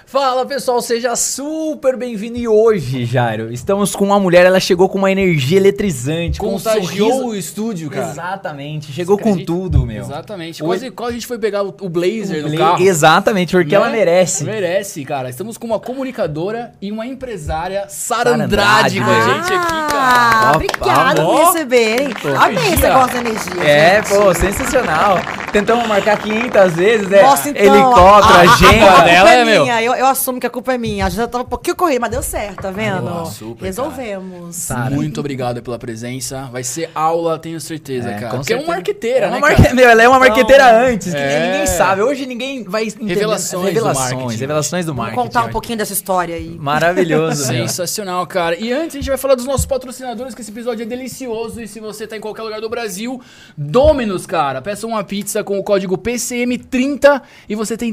Fala pessoal, seja super bem-vindo. E hoje, Jairo, estamos com uma mulher, ela chegou com uma energia eletrizante, contagiou o estúdio, cara. Exatamente, chegou com tudo, meu. Exatamente, quase a gente foi pegar o blazer do carro. Exatamente, porque ela merece. Merece, cara. Estamos com uma comunicadora e uma empresária, Sara Andrade, com a gente aqui, cara. Obrigada por me receberem. Amei esse negócio da energia. É, gente. Pô, sensacional. Tentamos marcar 500 vezes, né? Nossa, então, helicóptero, agenda dela é meu. Eu assumo que a culpa é minha. A gente já tava um pouquinho corrida, mas deu certo, tá vendo? Super, resolvemos. Sara, muito obrigado pela presença. Vai ser aula, tenho certeza, cara. Porque certeza. É uma marqueteira, né, cara? Meu, ela é uma marqueteira antes, que ninguém sabe. Hoje ninguém vai entender. Revelações do marketing. Vou contar um pouquinho dessa história aí. Maravilhoso. Sensacional, cara. E antes a gente vai falar dos nossos patrocinadores, que esse episódio é delicioso. E se você tá em qualquer lugar do Brasil, Domino's, cara. Peça uma pizza com o código PCM30 e você tem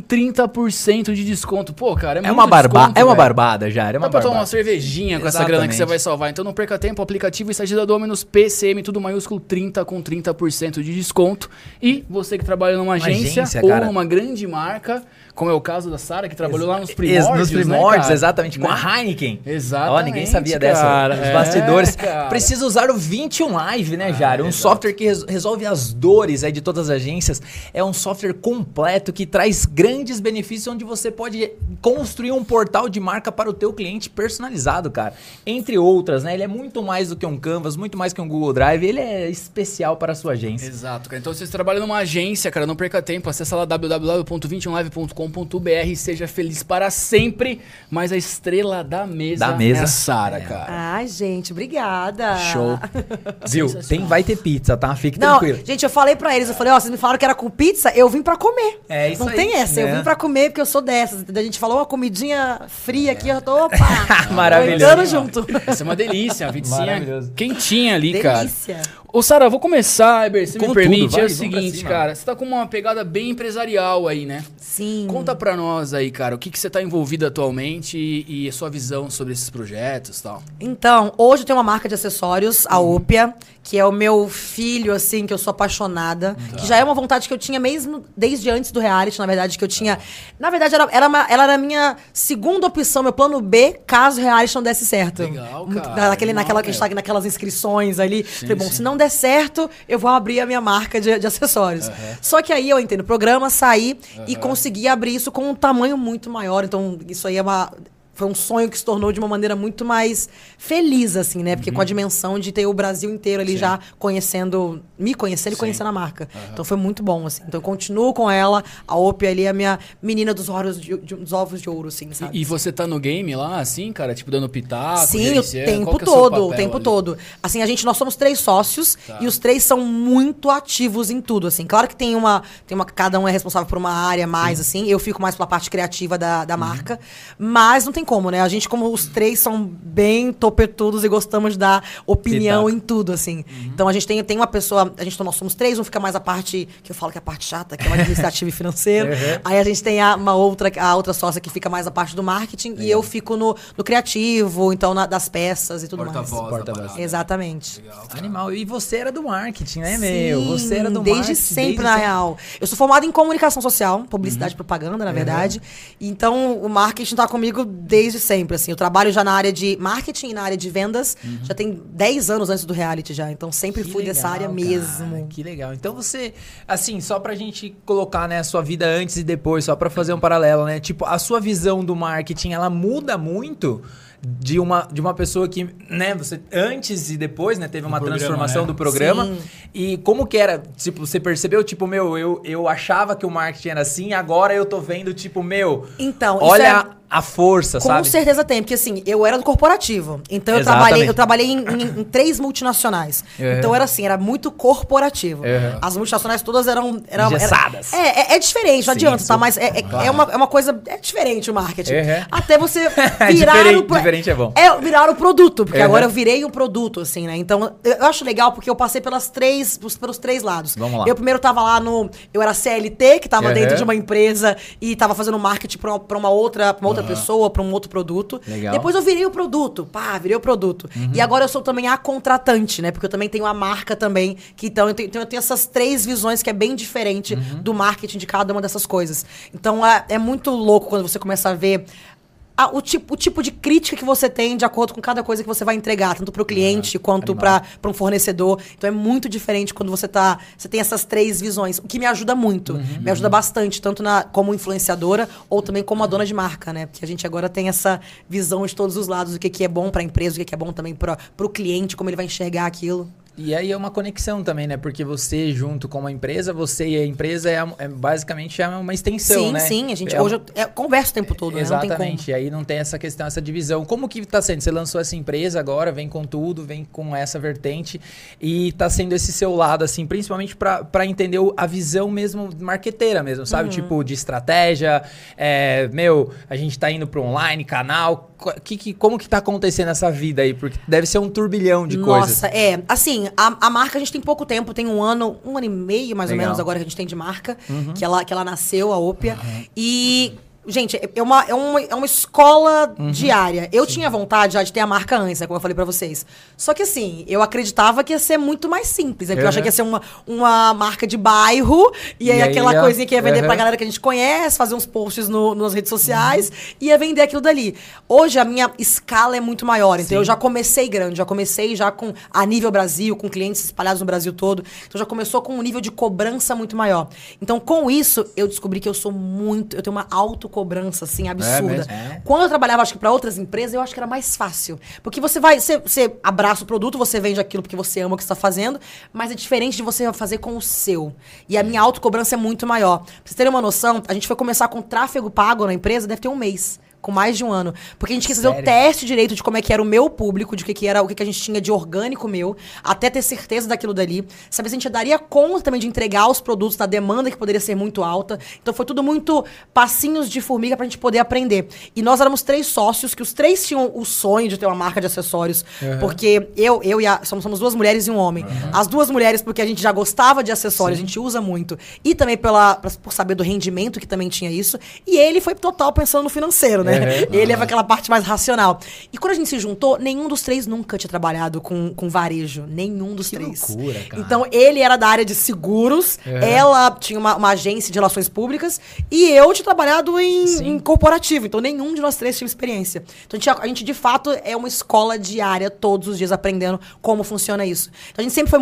30% de desconto. Pô, cara, é uma barbada, já. É uma Dá pra tomar uma cervejinha com essa grana que você vai salvar. Então não perca tempo, aplicativo Estágio da Domino's, PCM, tudo maiúsculo, 30 com 30% de desconto. E você que trabalha numa agência ou numa grande marca, como é o caso da Sara, que trabalhou lá nos primórdios, nos primórdios, né, exatamente, com a Heineken. Exatamente. Ó, ninguém sabia dessa, os bastidores. Precisa usar o 21 Live, né, Jário? Um software que resolve as dores aí de todas as agências. É um software completo que traz grandes benefícios, onde você pode construir um portal de marca para o teu cliente personalizado, cara. Entre outras, né? Ele é muito mais do que um Canvas, muito mais que um Google Drive. Ele é especial para a sua agência. Exato, cara. Então, se você trabalha numa agência, cara, não perca tempo. Acessa lá www.21live.com.br e seja feliz para sempre. Mas a estrela da mesa é a Sara, cara. Ai, gente, obrigada. Show. Viu? Vai ter pizza, tá? Fique tranquilo. Gente, eu falei pra eles, vocês me falaram que era com pizza, eu vim pra comer. É isso aí. Não tem essa, eu vim pra comer porque eu sou dessas. A gente falou uma comidinha fria aqui, eu tô, opa, maravilhoso. Entrando junto. Essa é uma delícia, uma pizzinha quentinha ali, delícia. Cara. Ô, Sara, eu vou começar, Eber, se me permite, é o seguinte, cima, cara, você tá com uma pegada bem empresarial aí, né? Sim. Conta pra nós aí, cara, o que você tá envolvido atualmente e a sua visão sobre esses projetos e tal. Então, hoje eu tenho uma marca de acessórios, a Opia, que é o meu filho, assim, que eu sou apaixonada, que já é uma vontade que eu tinha mesmo desde antes do reality, na verdade, que eu tinha... Na verdade, ela era a minha segunda opção, meu plano B, caso o reality não desse certo. Legal, cara. Naquelas inscrições ali. Falei, bom, se não der certo, eu vou abrir a minha marca de acessórios. Só que aí eu entrei no programa, saí e consegui abrir isso com um tamanho muito maior. Então, isso aí foi um sonho que se tornou de uma maneira muito mais feliz, assim, né? Porque com a dimensão de ter o Brasil inteiro ali já me conhecendo e conhecendo a marca. Então foi muito bom, assim. Então eu continuo com ela, a Opia ali é a minha menina dos ovos de ouro, assim, sabe? E você tá no game lá, assim, cara? Tipo, dando pitaco? Sim, o tempo todo. Assim, nós somos 3 sócios e os 3 são muito ativos em tudo, assim. Claro que cada um é responsável por uma área mais, assim. Eu fico mais pela parte criativa da marca. Mas não tem como, né? A gente, como os 3 são bem topetudos e gostamos de dar opinião em tudo, assim. Então, a gente tem uma pessoa... nós somos 3, um fica mais a parte... Que eu falo que é a parte chata, que é o administrativo e financeiro. Aí, a gente tem a outra sócia que fica mais a parte do marketing. E eu fico no criativo, então, das peças e tudo mais. Porta-voz. Exatamente. Legal, Animal. E você era do marketing, né, Sim, Você era do desde marketing. Sempre, na real. Eu sou formada em comunicação social, publicidade e propaganda, na verdade. Então, o marketing tá comigo desde sempre, assim. Eu trabalho já na área de marketing e na área de vendas. Já tem 10 anos antes do reality já. Então, sempre fui dessa área mesmo. Que legal. Então, você... Assim, só pra gente colocar, né, a sua vida antes e depois, só pra fazer um paralelo, né? Tipo, a sua visão do marketing, ela muda muito de uma pessoa que, né, você antes e depois, né, teve uma transformação do programa. Sim. E como que era? Tipo, você percebeu, tipo, eu achava que o marketing era assim, agora eu tô vendo, tipo, então, olha a força, sabe? Com certeza tem, porque assim, eu era do corporativo. Então eu trabalhei em 3 multinacionais. Então era muito corporativo. As multinacionais todas eram engessadas. É diferente, não adianta, tá? Mas é uma coisa... É diferente o marketing. Até você virar diferente é bom. Virar o produto, porque agora eu virei um produto, assim, né? Então, eu acho legal porque eu passei pelos 3 lados. Vamos lá. Eu primeiro tava lá eu era CLT, que tava dentro de uma empresa e tava fazendo marketing pra uma outra outra pessoa, para um outro produto. Legal. Depois eu virei o produto. Virei o produto. E agora eu sou também a contratante, né? Porque eu também tenho a marca também. Então eu tenho essas 3 visões que é bem diferente do marketing de cada uma dessas coisas. Então é muito louco quando você começa a ver o tipo de crítica que você tem de acordo com cada coisa que você vai entregar, tanto para o cliente quanto para um fornecedor. Então é muito diferente quando você tem essas 3 visões, o que me ajuda muito, me ajuda bastante, tanto como influenciadora ou também como a dona de marca, né? Porque a gente agora tem essa visão de todos os lados, do que é bom para a empresa, o que é bom também para o cliente, como ele vai enxergar aquilo. E aí é uma conexão também, né? Porque você, junto com a empresa, você e a empresa basicamente é uma extensão, né? Sim, a gente hoje conversa o tempo todo, né? Exatamente, não tem como. E aí não tem essa questão, essa divisão. Como que tá sendo? Você lançou essa empresa agora, vem com tudo, vem com essa vertente e tá sendo esse seu lado, assim, principalmente pra entender a visão mesmo, marqueteira mesmo, sabe? Tipo, de estratégia, a gente tá indo pro online, canal, como que tá acontecendo essa vida aí? Porque deve ser um turbilhão de coisas. Nossa, assim, a marca a gente tem pouco tempo, tem um ano e meio mais ou menos agora que a gente tem de marca, que ela nasceu, a Opia. E, gente, é uma escola diária. Eu tinha vontade já de ter a marca antes, né, como eu falei pra vocês. Só que assim, eu acreditava que ia ser muito mais simples, né? Porque eu achei que ia ser uma marca de bairro, e aí aquela coisinha que ia vender pra galera que a gente conhece, fazer uns posts nas redes sociais, e ia vender aquilo dali. Hoje a minha escala é muito maior, então eu já comecei grande, a nível Brasil, com clientes espalhados no Brasil todo. Então já começou com um nível de cobrança muito maior. Então com isso, eu descobri que eu tenho uma autocobrança, assim, absurda. Quando eu trabalhava, acho que pra outras empresas, eu acho que era mais fácil. Porque você abraça o produto, você vende aquilo porque você ama o que você tá fazendo, mas é diferente de você fazer com o seu. E a minha autocobrança é muito maior. Pra vocês terem uma noção, a gente foi começar com tráfego pago na empresa, deve ter um mês. Com mais de um ano. Porque a gente quis fazer o teste direito de como é que era o meu público, de o que a gente tinha de orgânico meu, até ter certeza daquilo dali. Saber se a gente daria conta também de entregar os produtos da demanda, que poderia ser muito alta. Então foi tudo muito passinhos de formiga pra gente poder aprender. E nós éramos 3 sócios, que os 3 tinham o sonho de ter uma marca de acessórios. Porque somos 2 mulheres e um homem. As 2 mulheres, porque a gente já gostava de acessórios, a gente usa muito. E também por saber do rendimento, que também tinha isso. E ele foi total pensando no financeiro, né? Ele é aquela parte mais racional. E quando a gente se juntou, nenhum dos 3 nunca tinha trabalhado com varejo. Nenhum dos 3. Que loucura, cara. Então, ele era da área de seguros, ela tinha uma agência de relações públicas, e eu tinha trabalhado em corporativo. Então, nenhum de nós 3 tinha experiência. Então, a gente, de fato, é uma escola diária, todos os dias, aprendendo como funciona isso. Então, a gente sempre foi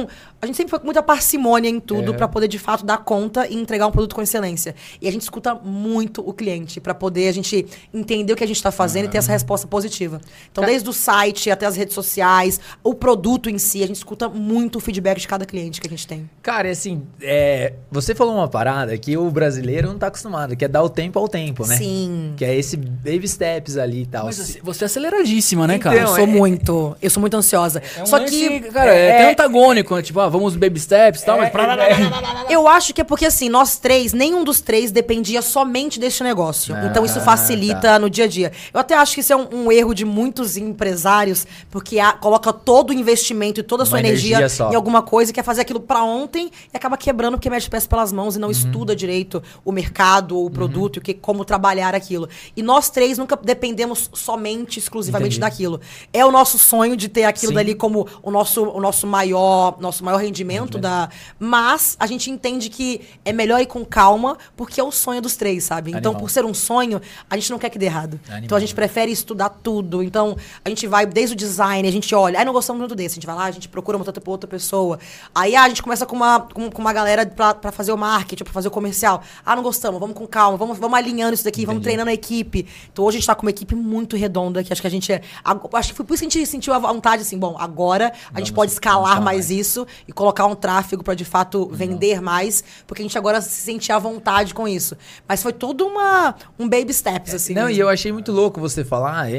com muita parcimônia em tudo pra poder, de fato, dar conta e entregar um produto com excelência. E a gente escuta muito o cliente pra poder a gente entender o que a gente tá fazendo e ter essa resposta positiva. Então, desde o site até as redes sociais, o produto em si, a gente escuta muito o feedback de cada cliente que a gente tem. Cara, assim, você falou uma parada que o brasileiro não tá acostumado, que é dar o tempo ao tempo, né? Sim. Que é esse baby steps ali e tal. Mas você é aceleradíssima, né, cara? Então, eu sou muito ansiosa. Só que, cara, é antagônico, né? Tipo, vamos baby steps e tal, mas... Eu acho que é porque, assim, nós 3, nenhum dos 3 dependia somente deste negócio. Então, isso facilita no dia a dia. Eu até acho que isso é um erro de muitos empresários, porque coloca todo o investimento e toda a sua energia em alguma coisa, quer fazer aquilo pra ontem e acaba quebrando porque mete os pés pelas mãos e não estuda direito o mercado ou o produto e como trabalhar aquilo. E nós 3 nunca dependemos somente, exclusivamente daquilo. É o nosso sonho de ter aquilo dali como o nosso maior rendimento. Mas a gente entende que é melhor ir com calma, porque é o sonho dos 3, sabe? Então, por ser um sonho, a gente não quer que dê errado. Então, a gente prefere estudar tudo. Então, a gente vai desde o design, a gente olha, não gostamos muito desse. A gente vai lá, a gente procura uma outra pessoa. Aí, a gente começa com uma galera pra fazer o marketing, pra fazer o comercial. Não gostamos, vamos com calma, vamos alinhando isso daqui, vamos treinando a equipe. Então, hoje a gente tá com uma equipe muito redonda, que acho que a gente acho que foi por isso que a gente sentiu a vontade, assim, agora a gente pode escalar mais isso e colocar um tráfego pra, de fato, vender mais, porque a gente agora se sentia à vontade com isso. Mas foi todo um baby steps, assim. Não, e eu achei muito louco você falar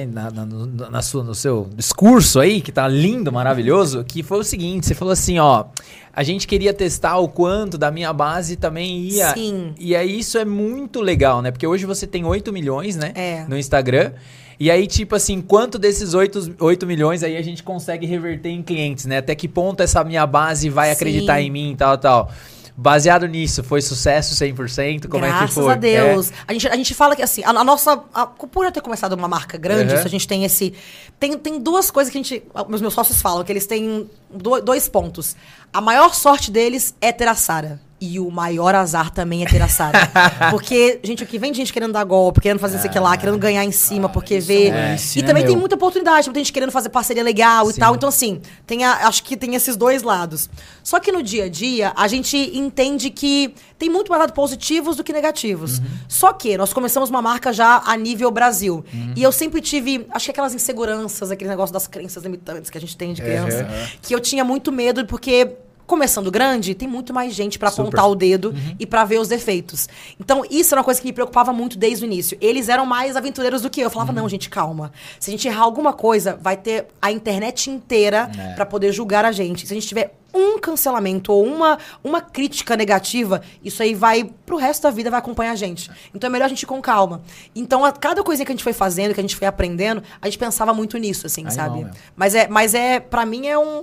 no seu discurso aí, que tá lindo, maravilhoso, que foi o seguinte, você falou assim, a gente queria testar o quanto da minha base também ia. Sim. E aí isso é muito legal, né? Porque hoje você tem 8 milhões, né? No Instagram. E aí, tipo assim, quanto desses 8 milhões aí a gente consegue reverter em clientes, né? Até que ponto essa minha base vai acreditar em mim e tal. Baseado nisso, foi sucesso 100%? Como Graças é que foi? Graças a Deus. A gente fala que, assim, por eu ter começado uma marca grande, a gente tem tem duas coisas que meus sócios falam, que eles têm dois pontos. A maior sorte deles é ter a Sara. E o maior azar também é ter a Sara. Porque, gente, aqui vem gente querendo dar golpe, querendo fazer isso aqui lá, querendo ganhar em cima, porque vê. E também tem muita oportunidade, tem gente querendo fazer parceria legal e tal. Então, assim, acho que tem esses dois lados. Só que no dia a dia, a gente entende que tem muito mais lados positivos do que negativos. Só que nós começamos uma marca já a nível Brasil. E eu sempre tive, acho que aquelas inseguranças, aquele negócio das crenças limitantes que a gente tem de criança, que eu tinha muito medo, porque começando grande, tem muito mais gente pra apontar o dedo e pra ver os defeitos. Então, isso era uma coisa que me preocupava muito desde o início. Eles eram mais aventureiros do que eu. Eu falava, não, gente, calma. Se a gente errar alguma coisa, vai ter a internet inteira pra poder julgar a gente. Se a gente tiver um cancelamento ou uma crítica negativa, isso aí vai pro resto da vida, vai acompanhar a gente. Então é melhor a gente ir com calma. Então, cada coisinha que a gente foi fazendo, que a gente foi aprendendo, a gente pensava muito nisso, assim, sabe? Mas pra mim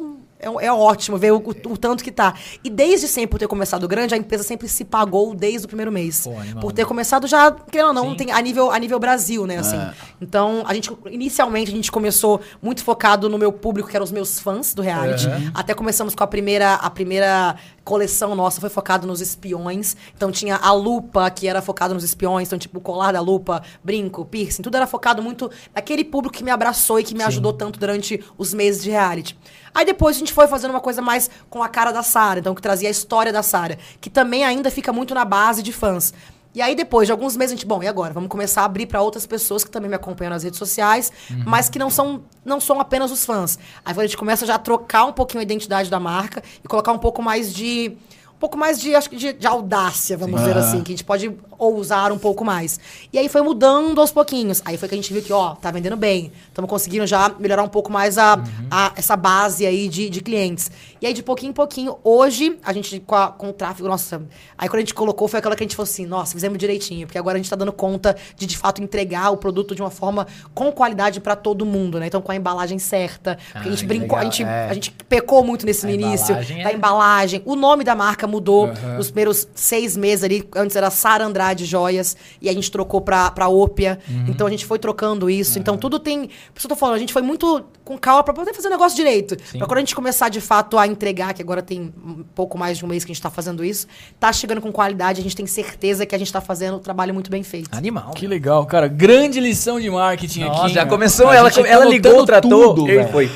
é ótimo ver o tanto que tá. E desde sempre, por ter começado grande, a empresa sempre se pagou desde o primeiro mês. Por ter começado já, querendo ou não, tem a nível Brasil, né? Assim. Então, inicialmente, a gente começou muito focado no meu público, que eram os meus fãs do reality. Até começamos com a primeira coleção nossa, foi focado nos espiões. Então, tinha a lupa, que era focado nos espiões. Então, tipo, o colar da lupa, brinco, piercing, tudo era focado muito naquele público que me abraçou e que me ajudou tanto durante os meses de reality. Aí depois a gente foi fazendo uma coisa mais com a cara da Sara, então que trazia a história da Sara, que também ainda fica muito na base de fãs. E aí depois de alguns meses a gente, e agora? Vamos começar a abrir para outras pessoas que também me acompanham nas redes sociais, mas que não são apenas os fãs. Aí a gente começa já a trocar um pouquinho a identidade da marca e colocar um pouco mais de acho que de audácia, vamos dizer assim, que a gente pode ousar um pouco mais. E aí foi mudando aos pouquinhos. Aí foi que a gente viu que, tá vendendo bem. Estamos conseguindo já melhorar um pouco mais essa base aí de clientes. E aí, de pouquinho em pouquinho, hoje, a gente, com o tráfego, nossa... Aí, quando a gente colocou, foi aquela que a gente falou assim, nossa, fizemos direitinho, porque agora a gente tá dando conta de fato, entregar o produto de uma forma com qualidade pra todo mundo, né? Então, com a embalagem certa. Porque a gente brincou, a gente pecou muito nesse início da embalagem. O nome da marca mudou nos primeiros 6 meses ali. Antes era Sara Andrade Joias, e a gente trocou pra Ópia. Então, a gente foi trocando isso. Então, tudo tem... Por isso que eu tô falando, a gente foi muito com calma pra poder fazer o negócio direito. Pra quando a gente começar, de fato, a entregar, que agora tem um pouco mais de um mês que a gente tá fazendo isso, tá chegando com qualidade, a gente tem certeza que a gente tá fazendo um trabalho muito bem feito. Animal. Que legal, cara. Grande lição de marketing aqui. Já começou, ela ligou o trator e foi...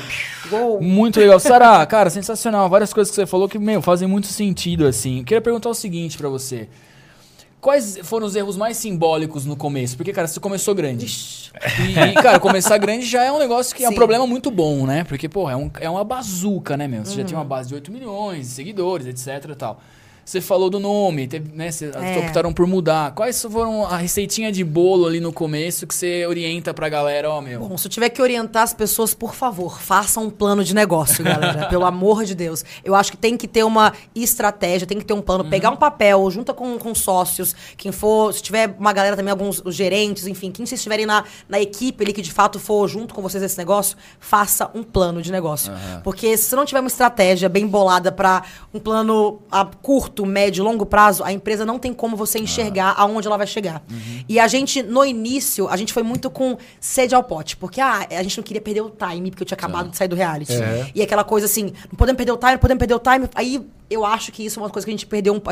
Muito legal. Sara, cara, sensacional. Várias coisas que você falou que, fazem muito sentido, assim. Eu queria perguntar o seguinte pra você. Quais foram os erros mais simbólicos no começo? Porque, cara, você começou grande. E, cara, começar grande já é um negócio que é um problema muito bom, né? Porque, é uma bazuca, né, meu? Você já tem uma base de 8 milhões de seguidores, etc e tal. Você falou do nome, né? Vocês optaram por mudar. Quais foram a receitinha de bolo ali no começo que você orienta pra galera, Bom, se eu tiver que orientar as pessoas, por favor, façam um plano de negócio, galera. Pelo amor de Deus. Eu acho que tem que ter uma estratégia, tem que ter um plano. Pegar um papel, junta com sócios, quem for, se tiver uma galera também, alguns os gerentes, enfim, quem vocês estiverem na equipe ali que de fato for junto com vocês nesse negócio, faça um plano de negócio. Porque se você não tiver uma estratégia bem bolada pra um plano a curto, médio, longo prazo, a empresa não tem como você enxergar aonde ela vai chegar. E a gente, no início, a gente foi muito com sede ao pote, porque a gente não queria perder o time, porque eu tinha acabado de sair do reality. E aquela coisa assim, não podemos perder o time, aí eu acho que isso é uma coisa que a gente perdeu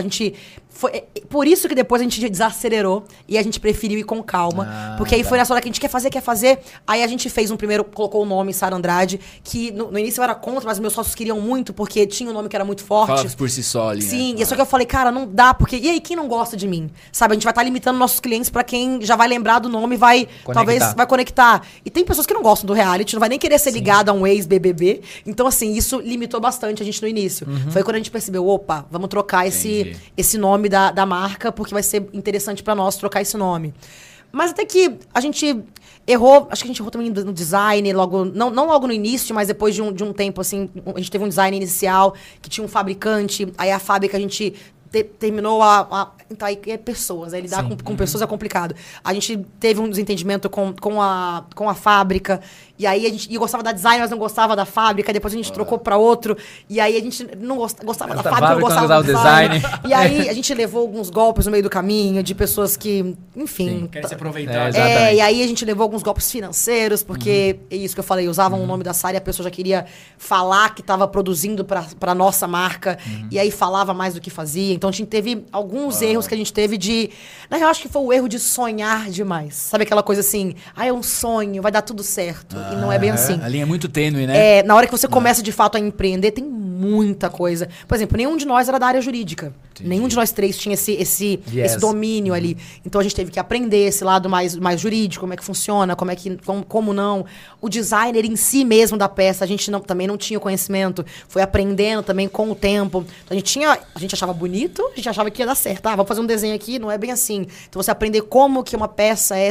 por isso que depois a gente desacelerou e a gente preferiu ir com calma, porque aí foi nessa hora que a gente quer fazer, aí a gente fez colocou o nome Sara Andrade, que no início eu era contra, mas meus sócios queriam muito, porque tinha um nome que era muito forte. Falava por si só ali, Sim, e só que eu falei, cara, não dá, porque... E aí, quem não gosta de mim? Sabe, a gente vai estar limitando nossos clientes pra quem já vai lembrar do nome e vai, talvez, vai conectar. E tem pessoas que não gostam do reality, não vai nem querer ser ligado a um ex-BBB. Então, assim, isso limitou bastante a gente no início. Foi quando a gente percebeu, opa, vamos trocar esse nome da marca, porque vai ser interessante pra nós trocar esse nome. Mas até que a gente errou, acho que a gente errou também no design, não logo no início, mas depois de um tempo, assim, a gente teve um design inicial, que tinha um fabricante, aí a fábrica a gente terminou então aí é pessoas, aí lidar com pessoas é complicado. A gente teve um desentendimento com a fábrica, E aí a gente gostava da design, mas não gostava da fábrica. Depois a gente trocou pra outro. E aí a gente não gostava da fábrica, não gostava do design. E aí a gente levou alguns golpes no meio do caminho de pessoas que, enfim... Querem se aproveitar. E aí a gente levou alguns golpes financeiros, porque é isso que eu falei, usavam o nome da Sara e a pessoa já queria falar que estava produzindo pra nossa marca. E aí falava mais do que fazia. Então a gente teve alguns erros que a gente teve de... Na real, acho que foi o erro de sonhar demais. Sabe aquela coisa assim, é um sonho, vai dar tudo certo. E não é bem assim. A linha é muito tênue, né? Na hora que você começa de fato a empreender, tem muita coisa. Por exemplo, nenhum de nós era da área jurídica. Entendi. Nenhum de nós três tinha esse domínio ali. Então a gente teve que aprender esse lado mais jurídico, como é que funciona, como não. O designer em si mesmo da peça, a gente também não tinha o conhecimento. Foi aprendendo também com o tempo. Então a gente achava bonito, a gente achava que ia dar certo. Vamos fazer um desenho aqui, não é bem assim. Então você aprender como que uma peça é,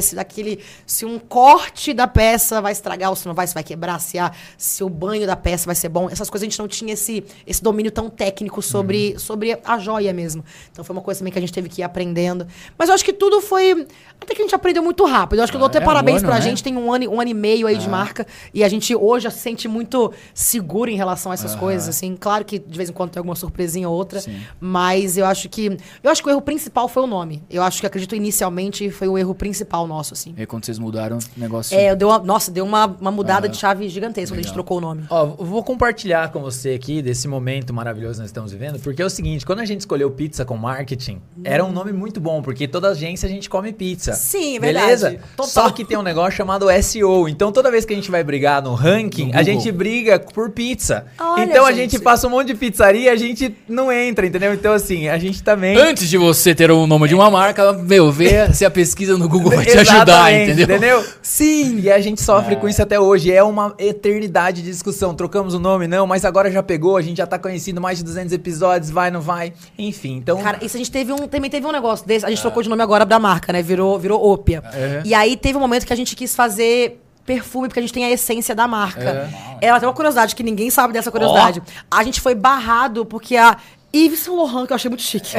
se um corte da peça vai estragar ou se não vai, se vai quebrar, se o banho da peça vai ser bom. Essas coisas a gente não tinha esse domínio tão técnico sobre a joia mesmo. Então foi uma coisa também que a gente teve que ir aprendendo. Mas eu acho que tudo foi... Até que a gente aprendeu muito rápido. Eu acho que eu dou até parabéns pra gente. Tem um ano e meio aí de marca. E a gente hoje se sente muito seguro em relação a essas coisas, assim. Claro que de vez em quando tem alguma surpresinha ou outra. Sim. Mas eu acho que o erro principal foi o nome. Eu acho que, acredito, inicialmente foi o erro principal nosso, assim. E quando vocês mudaram o negócio... Deu uma mudada de chave gigantesca quando a gente trocou o nome. Vou compartilhar com você aqui desse momento maravilhoso que nós estamos vivendo, porque é o seguinte, quando a gente escolheu pizza com marketing, era um nome muito bom, porque toda agência a gente come pizza. Sim, é verdade. Beleza? Só que tem um negócio chamado SEO. Então, toda vez que a gente vai brigar no ranking, a gente briga por pizza. Olha, então, a gente passa um monte de pizzaria e a gente não entra, entendeu? Então, assim, a gente também... Antes de você ter o nome de uma marca, vê se a pesquisa no Google vai te ajudar, entendeu? Sim. E a gente sofre com isso até hoje. É uma eternidade de discussão. Trocamos o nome, não, mas agora já pegou, a gente já tá conhecido mais de 200 episódios, vai, não vai? Enfim, então... Cara, isso a gente também teve um negócio desse, a gente trocou de nome agora da marca, né? Virou Opia. E aí teve um momento que a gente quis fazer perfume, porque a gente tem a essência da marca. Ela tem uma curiosidade, que ninguém sabe dessa curiosidade. A gente foi barrado porque a Yves Saint Laurent, que eu achei muito chique.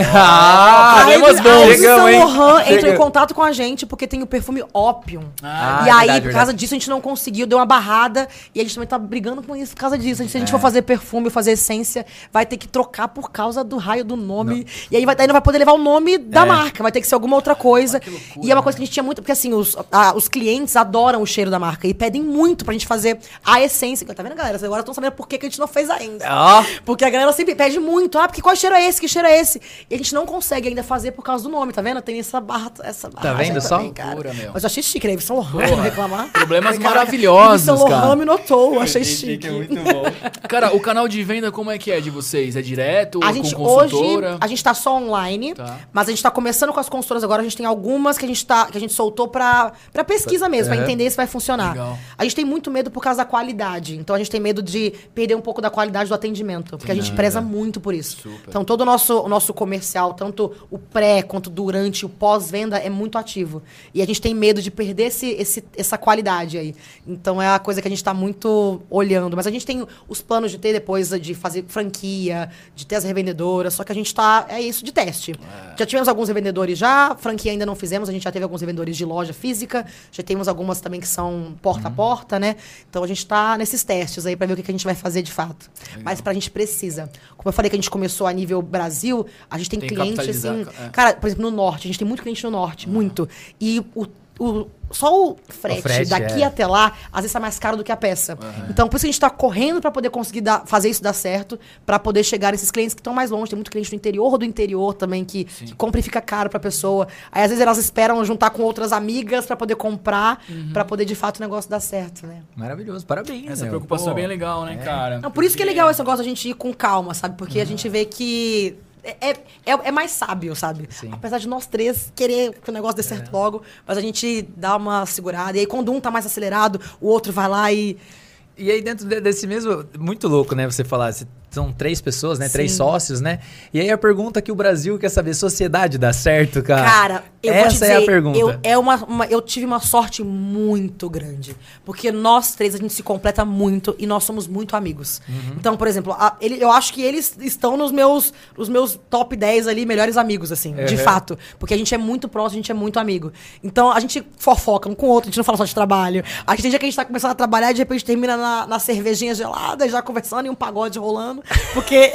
A Yves Saint Laurent entrou em contato com a gente porque tem o perfume Opium. E aí, por causa disso, a gente não conseguiu, deu uma barrada. E a gente também tá brigando com isso por causa disso. Se a gente for fazer perfume, fazer essência, vai ter que trocar por causa do raio do nome. E aí não vai poder levar o nome da marca, vai ter que ser alguma outra coisa. Loucura, e é uma coisa que a gente tinha muito, porque assim, os clientes adoram o cheiro da marca e pedem muito pra gente fazer a essência. Tá vendo, galera? Vocês agora estão sabendo por que a gente não fez ainda. Porque a galera sempre pede muito. Porque qual cheiro é esse? Que cheiro é esse? E a gente não consegue ainda fazer por causa do nome, tá vendo? Tem essa barra. Tá vendo só? Pura, meu. Mas eu achei chique, né? Yves Saint Laurent, não reclamar. Problemas maravilhosos, Yves Saint Laurent me notou, eu achei chique. É muito bom. Cara, o canal de venda, como é que é de vocês? É direto? A gente, com consultora? Hoje, a gente tá só online, mas a gente tá começando com as consultoras agora. A gente tem algumas que a gente soltou pra pesquisa mesmo, pra entender se vai funcionar. Legal. A gente tem muito medo por causa da qualidade. Então a gente tem medo de perder um pouco da qualidade do atendimento, porque a gente preza muito por isso. Super. Então todo o nosso comercial, tanto o pré quanto durante o pós-venda, é muito ativo. E a gente tem medo de perder essa qualidade aí. Então é a coisa que a gente tá muito olhando. Mas a gente tem os planos de ter depois, de fazer franquia, de ter as revendedoras, só que a gente tá, de teste. Já tivemos alguns revendedores franquia ainda não fizemos, a gente já teve alguns revendedores de loja física, já temos algumas também que são porta a porta, né? Então a gente tá nesses testes aí pra ver o que a gente vai fazer de fato. Legal. Mas a gente precisa. Como eu falei que a gente começou a nível Brasil, a gente tem cliente assim... Cara, por exemplo, no norte, a gente tem muito cliente no norte, muito. E só o frete daqui até lá, às vezes tá mais caro do que a peça. Então, por isso que a gente tá correndo pra poder conseguir fazer isso dar certo, pra poder chegar nesses clientes que estão mais longe. Tem muito cliente do interior também, que compra e fica caro pra pessoa. Aí, às vezes, elas esperam juntar com outras amigas pra poder comprar, pra poder, de fato, o negócio dar certo, né? Maravilhoso, parabéns. Essa preocupação é bem legal, né, cara? Não, por isso que é legal esse negócio da gente ir com calma, sabe? Porque a gente vê que... É mais sábio, sabe? Sim. Apesar de nós três querer que o negócio dê certo logo, mas a gente dá uma segurada. E aí, quando um tá mais acelerado, o outro vai lá e... E aí, dentro desse mesmo... Muito louco, né? Você falar... São 3 pessoas, né? Sim. 3 sócios, né? E aí a pergunta que o Brasil quer saber, sociedade dá certo, cara? Cara, eu Essa vou te dizer, é a pergunta. Eu tive uma sorte muito grande. Porque nós 3, a gente se completa muito e nós somos muito amigos. Então, por exemplo, eu acho que eles estão nos meus top 10 ali, melhores amigos, assim, de fato. Porque a gente é muito próximo, a gente é muito amigo. Então, a gente fofoca um com o outro, a gente não fala só de trabalho. A gente tem dia que a gente tá começando a trabalhar e de repente termina na cervejinha gelada, já conversando e um pagode rolando. Porque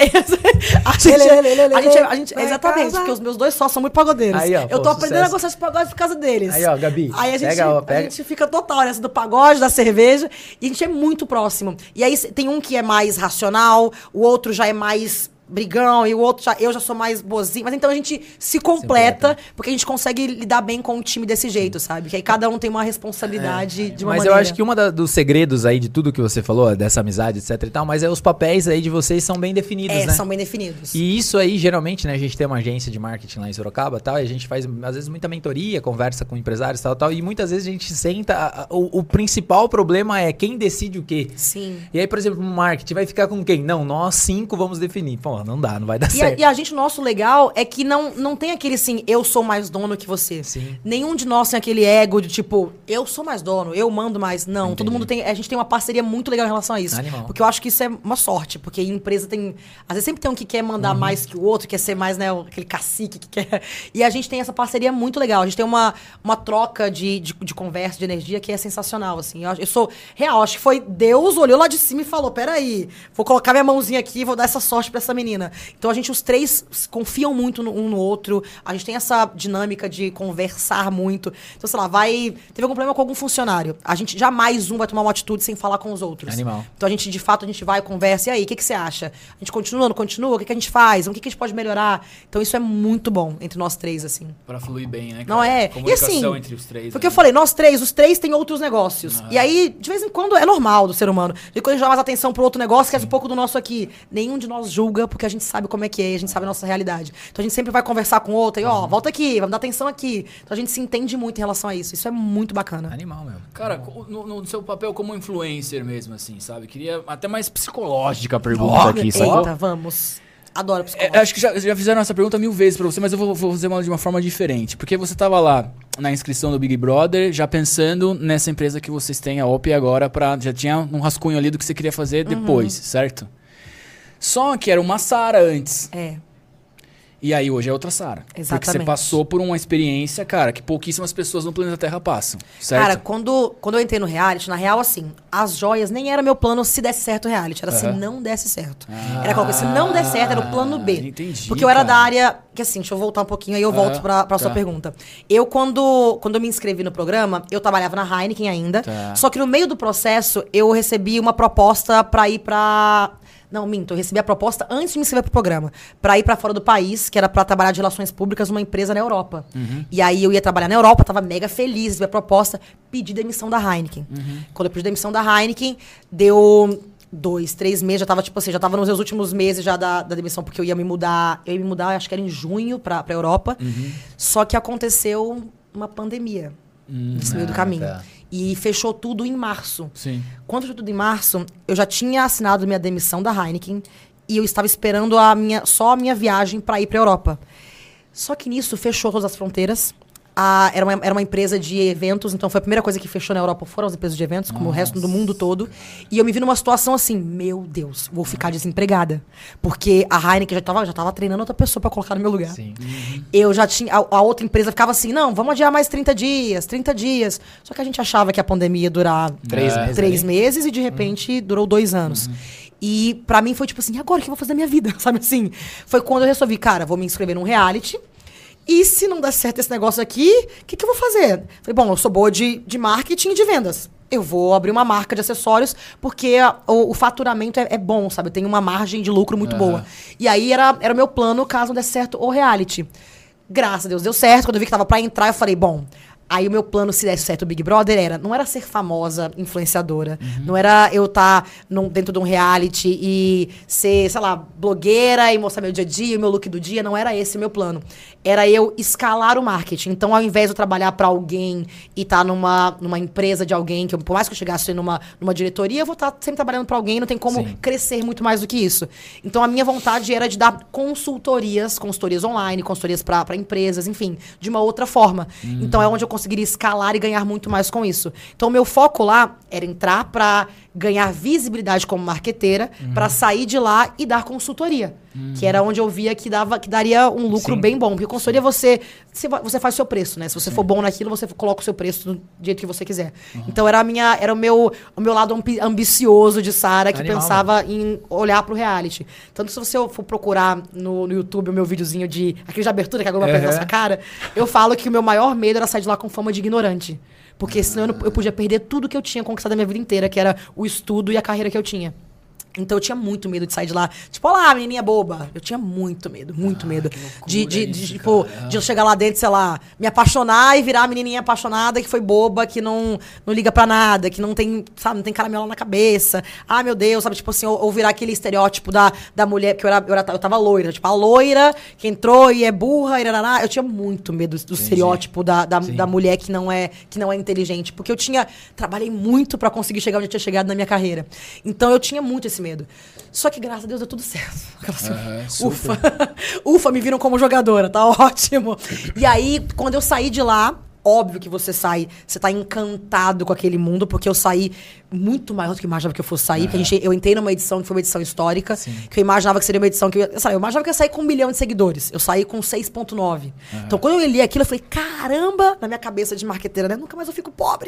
a gente exatamente, porque os meus 2 sócios são muito pagodeiros. Aí, ó, eu tô aprendendo a gostar de pagode por causa deles. Aí, ó, Gabi. Aí a gente fica total nessa do pagode, da cerveja, e a gente é muito próximo. E aí tem um que é mais racional, o outro já é mais brigão, e o outro eu já sou mais boazinha. Mas então a gente se completa, porque a gente consegue lidar bem com o time desse jeito, sabe? Que aí cada um tem uma responsabilidade de uma maneira. Mas eu acho que dos segredos aí de tudo que você falou, dessa amizade, etc e tal, mas os papéis aí de vocês são bem definidos, né? São bem definidos. E isso aí, geralmente, né? A gente tem uma agência de marketing lá em Sorocaba e tal, e a gente faz, às vezes, muita mentoria, conversa com empresários e tal, e muitas vezes a gente senta, o principal problema é quem decide o quê. Sim. E aí, por exemplo, o marketing vai ficar com quem? Não, nós 5 vamos definir. Pô, não dá, não vai dar certo. E a gente, nosso legal é que não tem aquele assim, eu sou mais dono que você. Sim. Nenhum de nós tem aquele ego de tipo, eu sou mais dono, eu mando mais. Não, Entendi. Todo mundo tem, a gente tem uma parceria muito legal em relação a isso. Animal. Porque eu acho que isso é uma sorte, porque a empresa tem, às vezes sempre tem um que quer mandar mais que o outro, quer ser mais, né, aquele cacique que quer. E a gente tem essa parceria muito legal. A gente tem uma troca de conversa, de energia que é sensacional, assim. Eu sou real, acho que foi Deus olhou lá de cima e falou, peraí, vou colocar minha mãozinha aqui e vou dar essa sorte pra essa menina. Então a gente, os 3 confiam muito um no outro, a gente tem essa dinâmica de conversar muito. Então, sei lá, teve algum problema com algum funcionário, a gente jamais vai tomar uma atitude sem falar com os outros. Animal. Então de fato, a gente vai, conversa, e aí, o que você acha? A gente continua, não continua? O que a gente faz? O que a gente pode melhorar? Então isso é muito bom entre nós 3, assim. Pra fluir bem, né, cara? Não é? Comunicação e assim, entre os 3. Porque eu falei, nós 3, os 3 têm outros negócios. E aí, de vez em quando, é normal do ser humano. De quando a gente dá mais atenção pro outro negócio, esquece um pouco do nosso aqui. Nenhum de nós julga, porque a gente sabe como é que é, a gente sabe a nossa realidade. Então a gente sempre vai conversar com o outro, e volta aqui, vamos dar atenção aqui. Então a gente se entende muito em relação a isso. Isso é muito bacana. Animal mesmo. Cara, no seu papel como influencer mesmo, assim, sabe? Queria até mais psicológica a pergunta aqui, sabe? Eita, vamos. Adoro psicológica. Acho que já fizeram essa pergunta 1000 vezes pra você, mas eu vou fazer de uma forma diferente. Porque você tava lá na inscrição do Big Brother, já pensando nessa empresa que vocês têm, a OP agora, já tinha um rascunho ali do que você queria fazer depois, certo? Só que era uma Sara antes. E aí hoje é outra Sara. Exatamente. Porque você passou por uma experiência, cara, que pouquíssimas pessoas no planeta Terra passam, certo? Cara, quando eu entrei no reality, na real, assim, as joias nem era meu plano se desse certo o reality. Era se não desse certo. Era aquela coisa, se não der certo, era o plano B. Entendi, porque eu era da área... Que assim, deixa eu voltar um pouquinho, aí eu volto pra sua pergunta. Eu, quando eu me inscrevi no programa, eu trabalhava na Heineken ainda. Só que no meio do processo, eu recebi uma proposta pra ir pra... Não, minto, eu recebi a proposta antes de me inscrever pro programa. Pra ir pra fora do país, que era pra trabalhar de relações públicas numa empresa na Europa. E aí eu ia trabalhar na Europa, tava mega feliz, recebi a proposta, pedi demissão da Heineken. Quando eu pedi demissão da Heineken, deu 2, 3 meses, já tava, tipo assim, já tava nos meus últimos meses já da demissão, porque eu ia me mudar, acho que era em junho pra Europa. Só que aconteceu uma pandemia nesse meio do caminho. E fechou tudo em março. Sim. Quando fechou tudo em março, eu já tinha assinado minha demissão da Heineken e eu estava esperando só a minha viagem para ir para a Europa. Só que nisso fechou todas as fronteiras. Era uma empresa de eventos, então foi a primeira coisa que fechou na Europa, foram as empresas de eventos, como o resto do mundo todo. E eu me vi numa situação assim, meu Deus, vou ficar desempregada. Porque a Heineken já tava treinando outra pessoa pra colocar no meu lugar. Sim. Eu já tinha, a outra empresa ficava assim, não, vamos adiar mais 30 dias. Só que a gente achava que a pandemia ia durar 3 meses e de repente durou 2 anos. E pra mim foi tipo assim, e agora o que eu vou fazer da minha vida? Sabe assim? Foi quando eu resolvi, cara, vou me inscrever num reality. E se não der certo esse negócio aqui, o que eu vou fazer? Falei, bom, eu sou boa de marketing e de vendas. Eu vou abrir uma marca de acessórios, porque o faturamento é bom, sabe? Eu tenho uma margem de lucro muito boa. E aí era o meu plano, caso não desse certo o reality. Graças a Deus deu certo. Quando eu vi que tava pra entrar, eu falei, bom, Aí o meu plano, se desse certo o Big Brother, não era ser famosa, influenciadora. Não era eu estar dentro de um reality e ser, sei lá, blogueira e mostrar meu dia a dia, o meu look do dia. Não era esse o meu plano. Era eu escalar o marketing. Então, ao invés de eu trabalhar para alguém e estar numa empresa de alguém, que por mais que eu chegasse numa diretoria, eu vou estar sempre trabalhando para alguém, não tem como crescer muito mais do que isso. Então, a minha vontade era de dar consultorias online, consultorias para empresas, enfim, de uma outra forma. Então, é onde eu conseguiria escalar e ganhar muito mais com isso. Então, o meu foco lá era entrar para ganhar visibilidade como marqueteira, para sair de lá e dar consultoria. Que era onde eu via que daria um lucro bem bom. Porque consultoria você faz o seu preço, né? Se você for bom naquilo, você coloca o seu preço do jeito que você quiser. Então era o meu lado ambicioso de Sara, que pensava em olhar pro reality. Tanto que se você for procurar no YouTube o meu videozinho aquele de abertura que a Globo aperta na sua cara, eu falo que o meu maior medo era sair de lá com fama de ignorante. Porque senão eu podia perder tudo que eu tinha conquistado na minha vida inteira, que era o estudo e a carreira que eu tinha. Então eu tinha muito medo de sair de lá. Tipo, olha lá, menininha boba. Eu tinha muito medo, muito medo. De eu chegar lá dentro, sei lá, me apaixonar e virar a menininha apaixonada que foi boba, que não liga pra nada, que não tem, sabe, não tem caramelo na cabeça. Ah, meu Deus, sabe, tipo assim, ou virar aquele estereótipo da mulher, porque eu tava loira. Tipo, a loira que entrou e é burra, e nananá. Eu tinha muito medo do estereótipo da mulher que não é inteligente. Porque trabalhei muito pra conseguir chegar onde eu tinha chegado na minha carreira. Então eu tinha muito esse medo. Só que, graças a Deus, deu tudo certo. Ufa. Ufa, me viram como jogadora, tá ótimo. E aí, quando eu saí de lá, óbvio que você tá encantado com aquele mundo, porque eu saí muito maior do que eu imaginava que eu fosse sair. Porque eu entrei numa edição que foi uma edição histórica, que eu imaginava que seria uma edição que eu imaginava que eu ia sair com 1 milhão de seguidores. Eu saí com 6,9. Então, quando eu li aquilo, eu falei, caramba, na minha cabeça de marqueteira, né? Nunca mais eu fico pobre.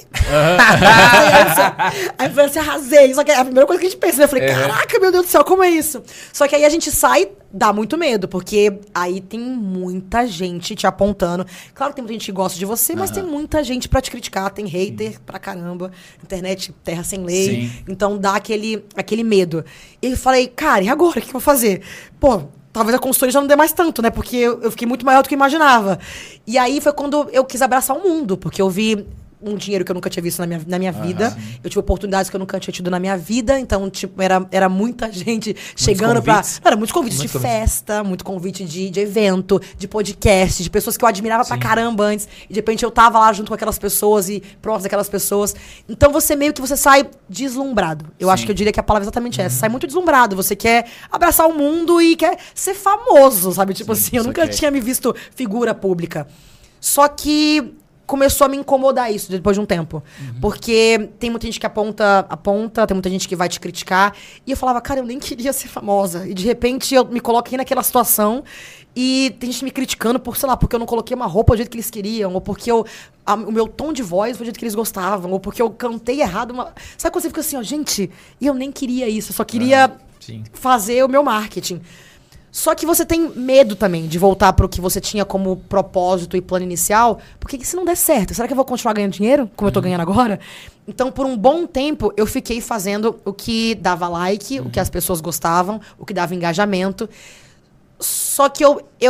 Aí eu falei assim, arrasei. Só que é a primeira coisa que a gente pensa, né? Eu falei, caraca, meu Deus do céu, como é isso? Só que aí a gente sai, dá muito medo, porque aí tem muita gente te apontando. Claro que tem muita gente que gosta de você, mas tem muita gente pra te criticar, tem hater pra caramba. Internet, terra sem lei. Então dá aquele medo. E eu falei, cara, e agora? O que eu vou fazer? Pô, talvez a consultoria já não dê mais tanto, né? Porque eu fiquei muito maior do que eu imaginava. E aí foi quando eu quis abraçar o mundo, porque eu vi um dinheiro que eu nunca tinha visto na minha vida. Eu tive oportunidades que eu nunca tinha tido na minha vida. Então, tipo, era muita gente chegando pra... Era muitos convites de festa, muito convite de evento, de podcast, de pessoas que eu admirava pra caramba antes. E de repente eu tava lá junto com aquelas pessoas e próximo daquelas pessoas. Então você meio que você sai deslumbrado. Eu acho que eu diria que a palavra é exatamente essa. Sai muito deslumbrado. Você quer abraçar o mundo e quer ser famoso, sabe? Tipo assim, eu nunca tinha me visto figura pública. Só que começou a me incomodar isso depois de um tempo. Porque tem muita gente que aponta, tem muita gente que vai te criticar. E eu falava, cara, eu nem queria ser famosa. E de repente eu me coloquei naquela situação e tem gente me criticando por, sei lá, porque eu não coloquei uma roupa do jeito que eles queriam, ou porque o meu tom de voz foi do jeito que eles gostavam, ou porque eu cantei errado. Sabe quando você fica assim, ó, gente, e eu nem queria isso, eu só queria fazer o meu marketing. Só que você tem medo também de voltar para o que você tinha como propósito e plano inicial, porque se não der certo, será que eu vou continuar ganhando dinheiro, como eu tô ganhando agora? Então, por um bom tempo, eu fiquei fazendo o que dava like, o que as pessoas gostavam, o que dava engajamento. Só que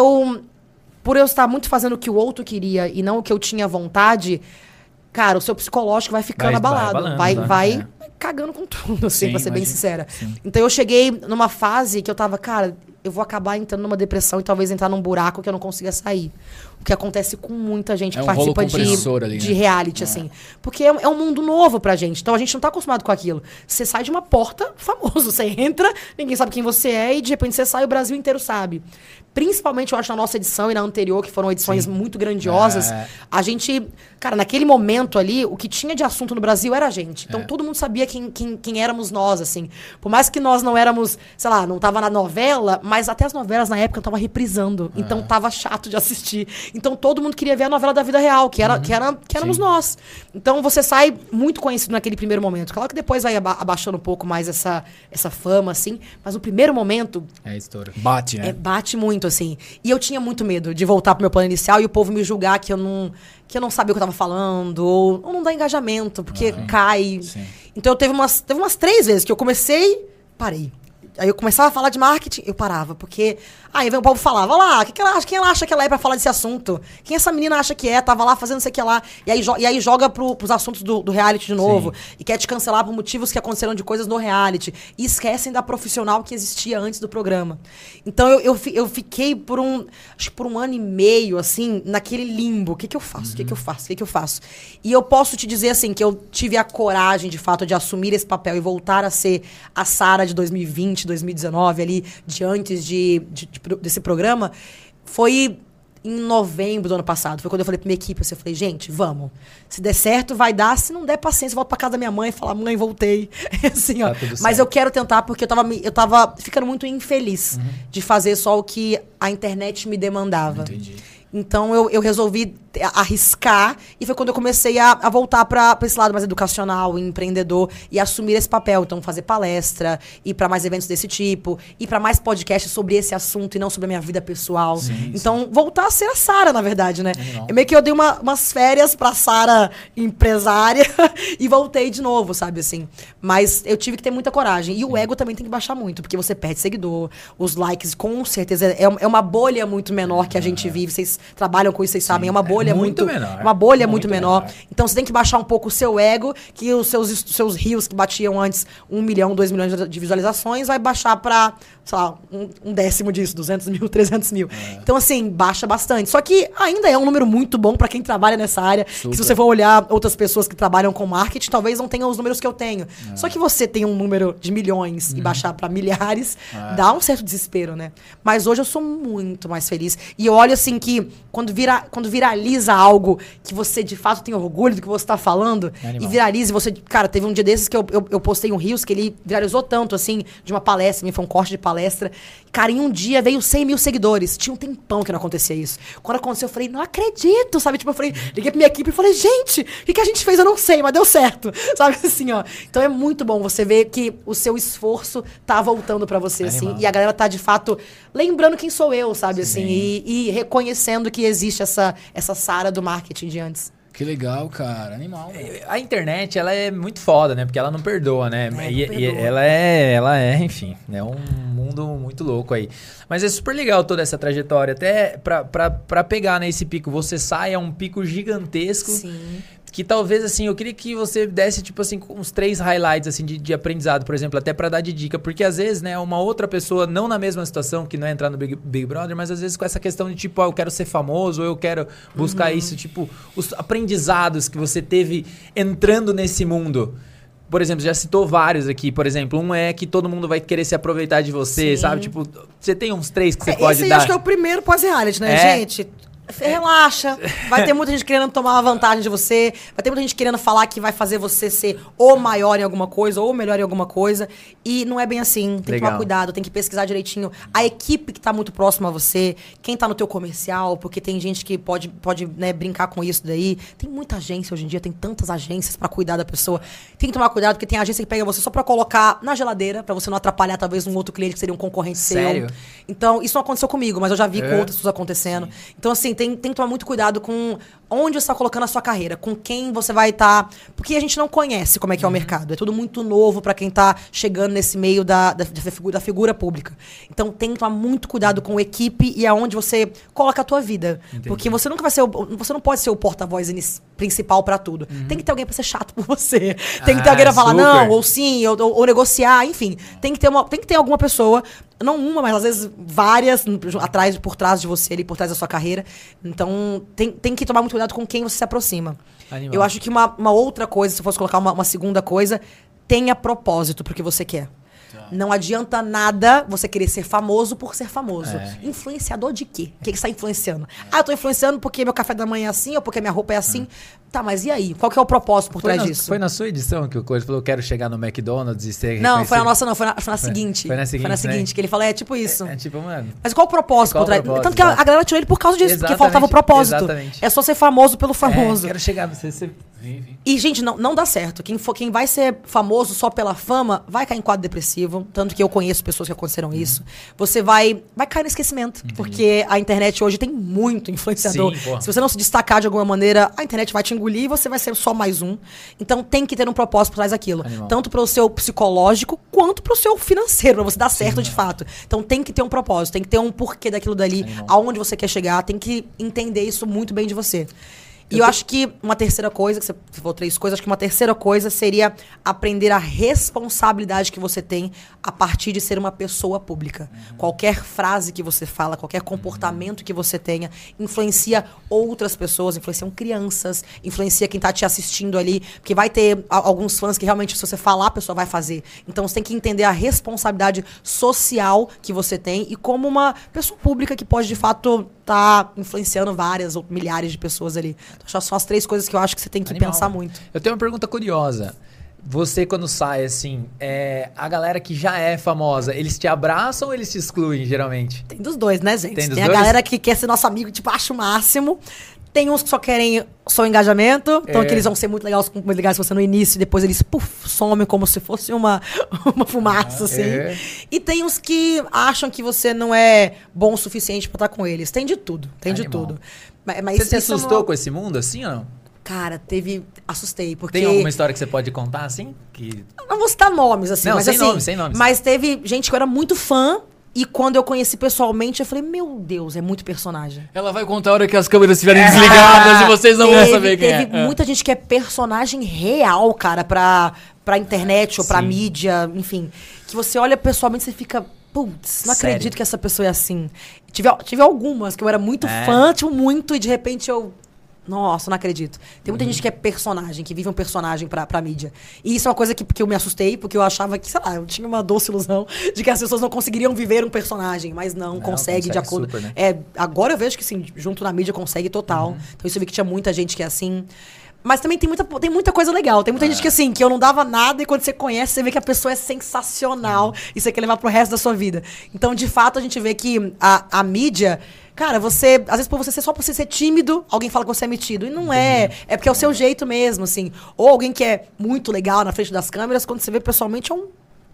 por eu estar muito fazendo o que o outro queria e não o que eu tinha vontade, cara, o seu psicológico vai ficando abalado. Vai cagando com tudo, assim, pra ser bem sincera. Então, eu cheguei numa fase que eu tava, cara, eu vou acabar entrando numa depressão e talvez entrar num buraco que eu não consiga sair. O que acontece com muita gente que participa de reality, assim. Porque é um mundo novo pra gente. Então a gente não tá acostumado com aquilo. Você sai de uma porta, famoso. Você entra, ninguém sabe quem você é e de repente você sai e o Brasil inteiro sabe. Principalmente, eu acho, na nossa edição e na anterior, que foram edições muito grandiosas. A gente... Cara, naquele momento ali, o que tinha de assunto no Brasil era a gente. Então todo mundo sabia quem éramos nós, assim. Por mais que nós não éramos, sei lá, não tava na novela, mas até as novelas na época eu tava reprisando. Então tava chato de assistir. Então todo mundo queria ver a novela da vida real, que éramos nós. Então você sai muito conhecido naquele primeiro momento. Claro que depois vai abaixando um pouco mais essa fama, assim. Mas no primeiro momento... É estouro. Bate, né? Bate muito, assim. E eu tinha muito medo de voltar pro meu plano inicial e o povo me julgar que eu não sabia o que eu tava falando, ou não dá engajamento, porque cai. Então teve umas 3 vezes que eu comecei, parei. Aí eu começava a falar de marketing, eu parava, porque... Aí o povo falava, olha lá, quem ela acha que ela é pra falar desse assunto? Quem essa menina acha que é? Tava lá fazendo isso aqui lá. E aí joga pros assuntos do reality de novo. Sim. E quer te cancelar por motivos que aconteceram de coisas no reality. E esquecem da profissional que existia antes do programa. Então eu fiquei acho que por um ano e meio, assim, naquele limbo. O que eu faço? O que eu faço? O que eu faço? E eu posso te dizer, assim, que eu tive a coragem, de fato, de assumir esse papel e voltar a ser a Sara de 2020, 2019, ali, de antes desse programa, foi em novembro do ano passado. Foi quando eu falei pra minha equipe, eu falei, gente, vamos. Se der certo, vai dar. Se não der, paciência, eu volto pra casa da minha mãe e falo, mãe, voltei. Assim, ó. Mas eu quero tentar porque eu tava ficando muito infeliz de fazer só o que a internet me demandava. Entendi. Então eu resolvi arriscar e foi quando eu comecei a voltar para esse lado mais educacional, empreendedor e assumir esse papel. Então fazer palestra, ir para mais eventos desse tipo, ir para mais podcasts sobre esse assunto e não sobre a minha vida pessoal. Sim, então voltar a ser a Sara, na verdade, né? Meio que eu dei umas férias pra Sara empresária e voltei de novo, sabe assim. Mas eu tive que ter muita coragem. E o ego também tem que baixar muito, porque você perde seguidor, os likes com certeza é uma bolha muito menor que a gente vive. Vocês trabalham com isso, vocês sabem, é uma bolha muito menor. Uma bolha muito menor. Então você tem que baixar um pouco o seu ego, que os seus reels que batiam antes 1 milhão, 2 milhões de visualizações, vai baixar pra, sei lá, um décimo disso, 200 mil, 300 mil. Então, assim, baixa bastante. Só que ainda é um número muito bom pra quem trabalha nessa área. Que se você for olhar outras pessoas que trabalham com marketing, talvez não tenham os números que eu tenho. Só que você tem um número de milhões e baixar pra milhares, dá um certo desespero, né? Mas hoje eu sou muito mais feliz. E eu olho, assim, que quando viraliza algo que você de fato tem orgulho do que você tá falando, e viraliza, você... Cara, teve um dia desses que eu postei um Reels que ele viralizou tanto, assim, de uma palestra, foi um corte de palestra. Cara, em um dia veio 100 mil seguidores. Tinha um tempão que não acontecia isso. Quando aconteceu, eu falei, não acredito, sabe? Tipo, eu falei, liguei pra minha equipe e falei, gente, o que a gente fez? Eu não sei, mas deu certo. Sabe assim, ó. Então é muito bom você ver que o seu esforço tá voltando pra você, assim. E a galera tá, de fato, lembrando quem sou eu, sabe? Assim, e reconhecendo que existe essa Sara do marketing de antes. Que legal, cara. Animal. A internet, ela é muito foda, né? Porque ela não perdoa, né? E ela é, enfim, é um mundo muito louco aí. Mas é super legal toda essa trajetória. Até pra pegar nesse pico, você sai a um pico gigantesco. Sim. Que talvez, assim, eu queria que você desse, tipo assim, uns 3 highlights, assim, de aprendizado, por exemplo, até pra dar de dica. Porque, às vezes, né, uma outra pessoa, não na mesma situação, que não é entrar no Big Brother, mas, às vezes, com essa questão de, tipo, eu quero ser famoso, ou eu quero buscar isso, tipo, os aprendizados que você teve entrando nesse mundo. Por exemplo, já citou vários aqui. Por exemplo, um é que todo mundo vai querer se aproveitar de você, sabe? Tipo, você tem uns 3 que você pode dar. Esse acho que é o primeiro pós-reality, né, gente? Relaxa, vai ter muita gente querendo tomar vantagem de você, vai ter muita gente querendo falar que vai fazer você ser o maior em alguma coisa, ou o melhor em alguma coisa, e não é bem assim, tem que tomar cuidado, tem que pesquisar direitinho a equipe que tá muito próxima a você, quem tá no teu comercial, porque tem gente que pode né, brincar com isso daí, tem muita agência hoje em dia, tem tantas agências pra cuidar da pessoa, tem que tomar cuidado, porque tem agência que pega você só pra colocar na geladeira, pra você não atrapalhar talvez um outro cliente que seria um concorrente Sério? seu. Então, isso não aconteceu comigo, mas eu já vi com outras pessoas acontecendo. Sim. Então, assim, tem que tomar muito cuidado com onde você está colocando a sua carreira, com quem você vai estar... Porque a gente não conhece como é que é o mercado. É tudo muito novo para quem está chegando nesse meio da figura pública. Então, tem que tomar muito cuidado com a equipe e aonde você coloca a tua vida. Entendi. Porque você nunca vai ser... Você não pode ser o porta-voz principal para tudo. Tem que ter alguém para ser chato por você. Tem que ter alguém para falar não, ou sim, ou negociar, enfim. Tem que ter alguma pessoa... Não uma, mas às vezes várias por trás de você ali, por trás da sua carreira. Então, tem que tomar muito cuidado com quem você se aproxima. Animal. Eu acho que uma outra coisa, se eu fosse colocar uma segunda coisa, tenha propósito pro que você quer. Não adianta nada você querer ser famoso por ser famoso. Influenciador de quê? O que você está influenciando? Eu tô influenciando porque meu café da manhã é assim, ou porque minha roupa é assim. Tá, mas e aí? Qual que é o propósito por trás disso? Foi na sua edição que o Coisa falou, eu quero chegar no McDonald's e ser Não, foi na nossa não, foi na seguinte. Foi na seguinte, que ele falou, tipo isso. Tipo, mano... Mas qual o propósito por trás? Tanto que a galera tirou ele por causa disso, porque faltava o propósito. Exatamente. É só ser famoso pelo famoso. Quero chegar, você... E, gente, não dá certo. Quem vai ser famoso só pela fama vai cair em quadro depressivo. Tanto que eu conheço pessoas que aconteceram isso. Você vai cair no esquecimento. Porque a internet hoje tem muito influenciador. Sim, se você não se destacar de alguma maneira, a internet vai te engolir. engolir e você vai ser só mais um. Então tem que ter um propósito por trás daquilo. Tanto pro seu psicológico, quanto pro seu financeiro, pra você dar certo de fato. Então tem que ter um propósito, tem que ter um porquê daquilo dali, aonde você quer chegar, tem que entender isso muito bem de você. E eu acho que uma terceira coisa, que você falou 3 coisas, acho que uma terceira coisa seria aprender a responsabilidade que você tem a partir de ser uma pessoa pública. Qualquer frase que você fala, qualquer comportamento que você tenha, influencia outras pessoas, influenciam crianças, influencia quem tá te assistindo ali, porque vai ter alguns fãs que realmente, se você falar, a pessoa vai fazer. Então você tem que entender a responsabilidade social que você tem e como uma pessoa pública que pode, de fato, tá influenciando várias ou milhares de pessoas ali. Então, são as 3 coisas que eu acho que você tem que pensar muito. Eu tenho uma pergunta curiosa. Você, quando sai, assim, a galera que já é famosa, eles te abraçam ou eles te excluem, geralmente? Tem dos dois, né, gente? Tem a galera que quer ser nosso amigo, tipo, acha o máximo. Tem uns que só querem só engajamento. Então, que eles vão ser muito legais com você no início. E depois eles, somem como se fosse uma fumaça, assim. E tem uns que acham que você não é bom o suficiente pra estar com eles. Tem de tudo. Tem de tudo. Mas você se assustou com esse mundo, assim, ou não? Cara, assustei, porque... Tem alguma história que você pode contar, assim? Não vou citar nomes, assim. Não, mas, sem nomes. Mas teve gente que eu era muito fã. E quando eu conheci pessoalmente, eu falei, meu Deus, é muito personagem. Ela vai contar a hora que as câmeras estiverem desligadas e vocês não vão saber quem é. Teve muita gente que é personagem real, cara, pra internet ou pra mídia, enfim. Que você olha pessoalmente e você fica... Putz, não acredito que essa pessoa é assim. Tive algumas que eu era muito fã, tipo, muito, e de repente eu... Nossa, não acredito. Tem muita gente que é personagem, que vive um personagem pra mídia. E isso é uma coisa que eu me assustei, porque eu achava que, sei lá, eu tinha uma doce ilusão de que as pessoas não conseguiriam viver um personagem, mas não consegue de acordo... Super, né? Agora eu vejo que, sim, junto na mídia consegue total. Então isso eu vi que tinha muita gente que é assim... Mas também tem muita coisa legal. Tem muita gente que, assim, que eu não dava nada e quando você conhece, você vê que a pessoa é sensacional e você quer levar pro resto da sua vida. Então, de fato, a gente vê que a mídia... Cara, às vezes por você só por você ser tímido, alguém fala que você é metido. E não é. É porque é o seu jeito mesmo, assim. Ou alguém que é muito legal na frente das câmeras, quando você vê pessoalmente, é um...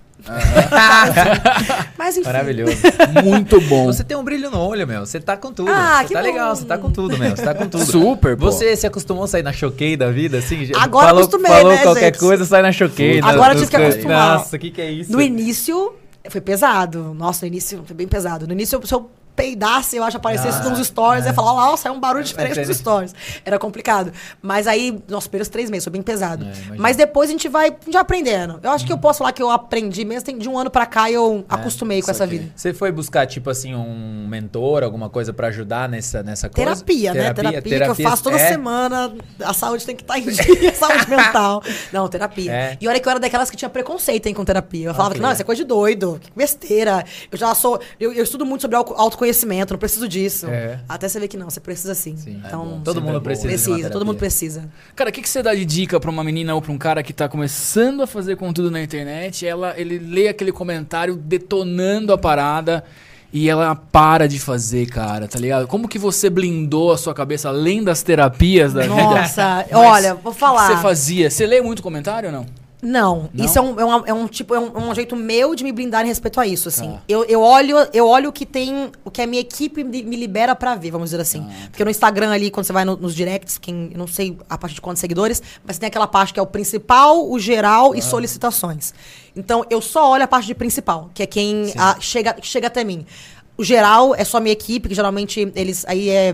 Mas enfim. Maravilhoso. Muito bom. Você tem um brilho no olho, meu. Você tá com tudo. Que tá bom. legal, você tá com tudo, meu. Você tá com tudo. Super, pô. Você se acostumou a sair na Choquei da vida, assim? Agora acostumei, falou né, qualquer gente? coisa, sai na Choquei. Agora tive que acostumar. Nossa, o que é isso? No início, foi pesado. Nossa, no início foi bem pesado. No início, se eu peidasse, eu acho, aparecesse nos stories, ia falar, nossa, é um barulho diferente nos stories. Era complicado. Mas aí, nos primeiros 3 meses, foi bem pesado. Mas depois a gente vai aprendendo. Eu acho que eu posso falar que eu aprendi mesmo, tem de 1 ano pra cá eu acostumei com essa vida. Você foi buscar, tipo assim, um mentor, alguma coisa pra ajudar nessa coisa? Terapia, né? Terapia que eu faço toda semana. A saúde tem que estar em dia, saúde mental. Não, terapia. E olha que eu era daquelas que tinha preconceito, hein, com terapia. Eu falava que, não, isso é coisa de doido, que besteira. Eu estudo muito sobre autoconhecimento, não preciso disso. Até você ver que não, você precisa sim. Então, todo mundo precisa. Todo mundo precisa. Cara, o que você dá de dica pra uma menina ou pra um cara que tá começando a fazer conteúdo na internet? Ele lê aquele comentário detonando a parada e ela para de fazer, cara, tá ligado? Como que você blindou a sua cabeça além das terapias da vida? Nossa, olha, vou falar. O que você fazia? Você lê muito comentário ou não? Não, isso é um jeito meu de me blindar em respeito a isso, assim. Eu olho o que a minha equipe me libera pra ver, vamos dizer assim. Porque no Instagram ali, quando você vai nos directs, eu não sei a partir de quantos seguidores, mas tem aquela parte que é o principal, o geral e solicitações. Então, eu só olho a parte de principal, que é quem chega até mim. O geral é só a minha equipe, que geralmente eles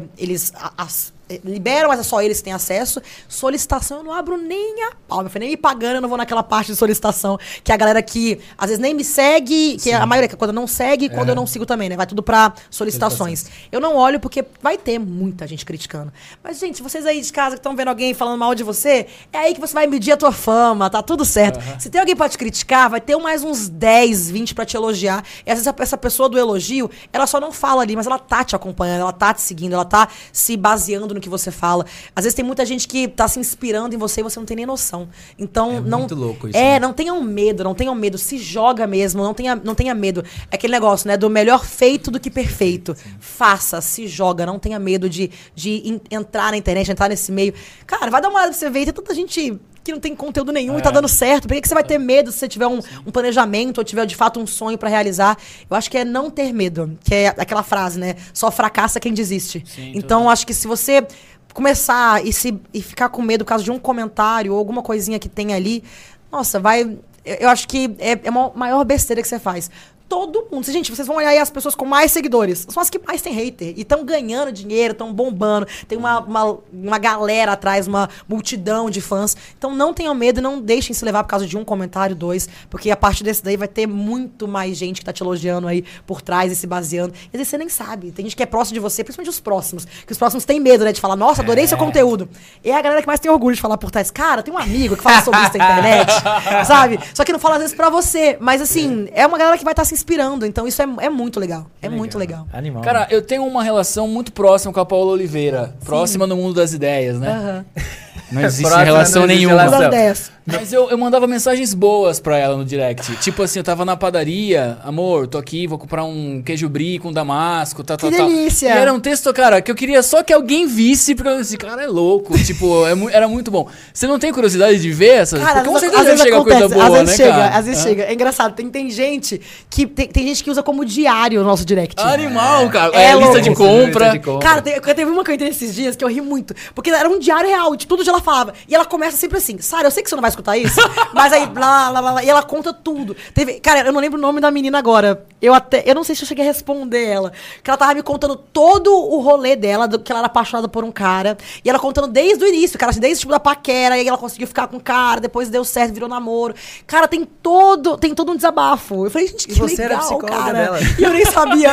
liberam, mas é só eles que têm acesso. Solicitação eu não abro nem a pau. Eu nem me pagando, eu não vou naquela parte de solicitação. Que é a galera que às vezes nem me segue, que a maioria, quando não segue, quando eu não sigo também, né? Vai tudo pra solicitações. Eu não olho porque vai ter muita gente criticando. Mas, gente, vocês aí de casa que estão vendo alguém falando mal de você, é aí que você vai medir a tua fama, tá tudo certo. Se tem alguém pra te criticar, vai ter mais uns 10, 20 pra te elogiar. E às vezes essa pessoa do elogio, ela só não fala ali, mas ela tá te acompanhando, ela tá te seguindo, ela tá se baseando no que você fala. Às vezes tem muita gente que tá se inspirando em você e você não tem nem noção. Então, muito louco isso. Né? Não tenham medo, se joga mesmo, não tenha medo. É aquele negócio, né, do melhor feito do que perfeito. Sim. Faça, se joga, não tenha medo de entrar na internet, entrar nesse meio. Cara, vai dar uma olhada pra você ver, tem tanta gente que não tem conteúdo nenhum e tá dando certo. Por que você vai ter medo se você tiver um planejamento ou tiver, de fato, um sonho pra realizar? Eu acho que é não ter medo, que é aquela frase, né? Só fracassa quem desiste. Sim, então, acho que se você começar e ficar com medo por causa de um comentário ou alguma coisinha que tem ali, nossa, eu acho que é uma maior besteira que você faz. Todo mundo. Gente, vocês vão olhar aí as pessoas com mais seguidores. São as que mais têm hater. E estão ganhando dinheiro, estão bombando. Tem uma galera atrás, uma multidão de fãs. Então não tenham medo e não deixem se levar por causa de um comentário, 2. Porque a partir desse daí vai ter muito mais gente que tá te elogiando aí por trás e se baseando. E às vezes você nem sabe. Tem gente que é próximo de você, principalmente os próximos. Que os próximos têm medo, né? De falar, nossa, adorei seu conteúdo. E é a galera que mais tem orgulho de falar por trás. Cara, tem um amigo que fala sobre isso na internet. Sabe? Só que não fala às vezes pra você. Mas assim, é uma galera que vai estar se inspirando, então isso é muito legal. Muito legal. Animal. Cara, eu tenho uma relação muito próxima com a Paula Oliveira. Sim. Próxima no mundo das ideias, né? Não existe relação nenhuma. Mas eu mandava mensagens boas pra ela no direct. Tipo assim, eu tava na padaria, amor, tô aqui, vou comprar um queijo brie com damasco, tal. Que delícia! E era um texto, cara, que eu queria só que alguém visse, porque esse cara é louco. Tipo, era muito bom. Você não tem curiosidade de ver essas? Cara, com certeza chega coisa boa, né, cara? Às vezes chega. É engraçado, tem gente tem gente que usa como diário o nosso direct. Animal, cara. Lista de compra. Cara, teve uma que eu entrei esses dias que eu ri muito. Porque era um diário real, de tudo que ela falava. E ela começa sempre assim, Sara, eu sei que você não vai escutar isso, mas aí, blá, e ela conta tudo. Cara, eu não lembro o nome da menina agora. Eu não sei se eu cheguei a responder ela. Que ela tava me contando todo o rolê dela, que ela era apaixonada por um cara. E ela contando desde o início, cara, assim, desde tipo da paquera, e aí ela conseguiu ficar com o cara, depois deu certo, virou namoro. Cara, tem todo um desabafo. Eu falei, gente, que legal, era cara. Dela. E eu nem sabia.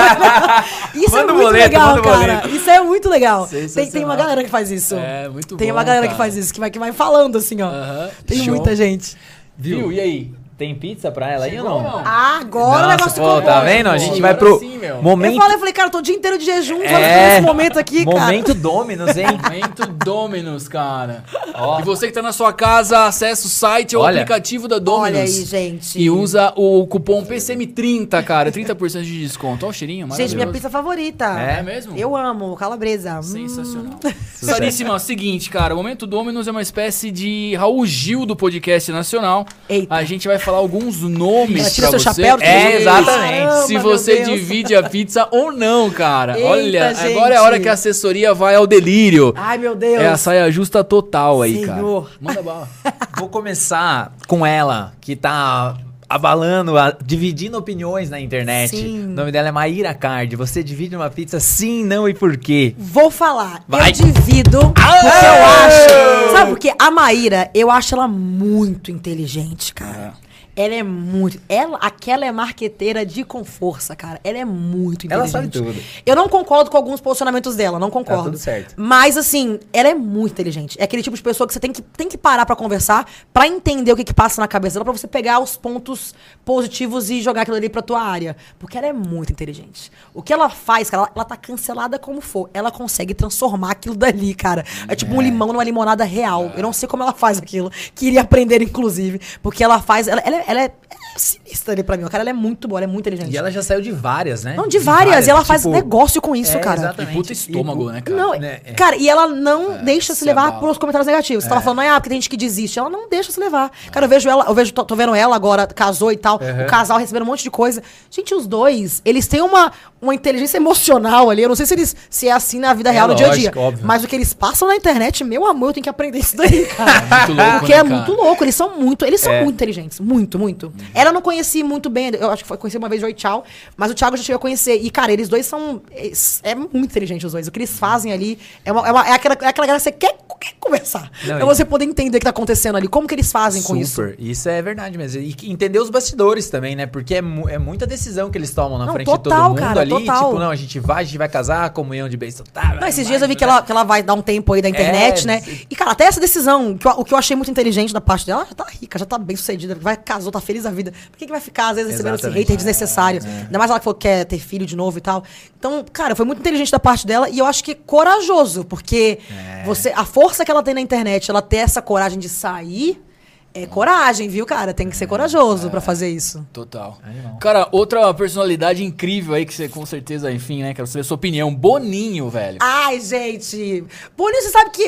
Isso é muito legal, cara. Isso é muito legal. Tem uma galera que faz isso. Muito bom. Tem uma galera que faz isso, que vai falando assim, ó. Tem muita gente. Viu? E aí? Tem pizza pra ela aí ou não? Agora o negócio ficou tá vendo? A gente vai pro momento... Eu falei, cara, eu tô o dia inteiro de jejum, nesse momento aqui, cara. Momento Dominus, hein? Momento Dominus, cara. E você que tá na sua casa, acessa o site ou o aplicativo da Dominus. Olha aí, gente. E usa o cupom PCM30, cara. 30% de desconto. Olha o cheirinho, maravilhoso. Gente, minha pizza favorita. É mesmo? Eu amo, calabresa. Sensacional. Saríssima, seguinte, cara. O Momento Dominus é uma espécie de Raul Gil do podcast nacional. Eita. A gente vai falar alguns nomes tira pra seu você. Chapéu, exatamente. Caramba, se você divide a pizza ou não, cara. Eita, olha, gente. agora é a hora que a assessoria vai ao delírio. Ai, meu Deus. É a saia justa total aí, Senhor. cara. Manda bala. Vou começar com ela, que tá abalando, dividindo opiniões na internet. Sim. O nome dela é Maíra Card. Você divide uma pizza sim, não e por quê? Vou falar. Vai. Eu divido porque eu acho... Sabe por quê? A Maíra, eu acho ela muito inteligente, cara. Ela é muito... Aquela é marqueteira com força, cara. Ela é muito inteligente. Ela sabe tudo. Eu não concordo com alguns posicionamentos dela, não concordo. Tá tudo certo. Mas, assim, ela é muito inteligente. É aquele tipo de pessoa que você tem que parar pra conversar, pra entender o que passa na cabeça dela, pra você pegar os pontos positivos e jogar aquilo ali pra tua área. Porque ela é muito inteligente. O que ela faz, cara, ela tá cancelada como for. Ela consegue transformar aquilo dali, cara. É tipo um limão numa limonada real. Eu não sei como ela faz aquilo. Queria aprender, inclusive. Porque ela faz... Ela é sinistra ali pra mim, cara. Ela é muito boa, ela é muito inteligente. E ela já saiu de várias, né? Não, de várias. E ela faz negócio com isso, cara. Exatamente. E puta estômago, né, cara? Não, cara, e ela não deixa se levar pelos comentários negativos. Você tava falando, porque tem gente que desiste. Ela não deixa se levar. Cara, eu vejo ela, tô vendo ela agora, casou e tal. O casal recebendo um monte de coisa. Gente, os dois, eles têm uma inteligência emocional ali. Eu não sei se é assim na vida real, no dia a dia. Óbvio. Mas o que eles passam na internet, meu amor, eu tenho que aprender isso daí, cara. Muito louco, porque muito louco. Eles são muito inteligentes. Muito, muito. Ela eu não conheci muito bem, eu acho que foi conhecer uma vez o Oi Tchau, mas o Thiago já chegou a conhecer. E, cara, eles dois são... É muito inteligente os dois. O que eles fazem ali é aquela galera que você quer conversar. Pra você poder entender o que tá acontecendo ali. Como que eles fazem com isso. Super. Isso é verdade mesmo. E entender os bastidores também, né? Porque é muita decisão que eles tomam na frente de todo mundo, cara, ali. Total. Tipo, não, a gente vai casar, comunhão de bênção. Tá, esses dias eu vi que ela vai dar um tempo aí da internet, né? E, cara, até essa decisão, o que eu achei muito inteligente da parte dela, ela já tá rica, já tá bem sucedida, casou, tá feliz a vida. Por que vai ficar, às vezes, recebendo esse hater desnecessário? Ainda mais ela que falou que quer ter filho de novo e tal. Então, cara, foi muito inteligente da parte dela e eu acho que corajoso, porque a força que ela tem na internet, ela ter essa coragem de sair, é coragem, viu, cara? Tem que ser corajoso pra fazer isso. Total. Cara, outra personalidade incrível aí que você com certeza, enfim, né? Quero saber a sua opinião. Boninho, velho. Ai, gente. Boninho, você sabe que...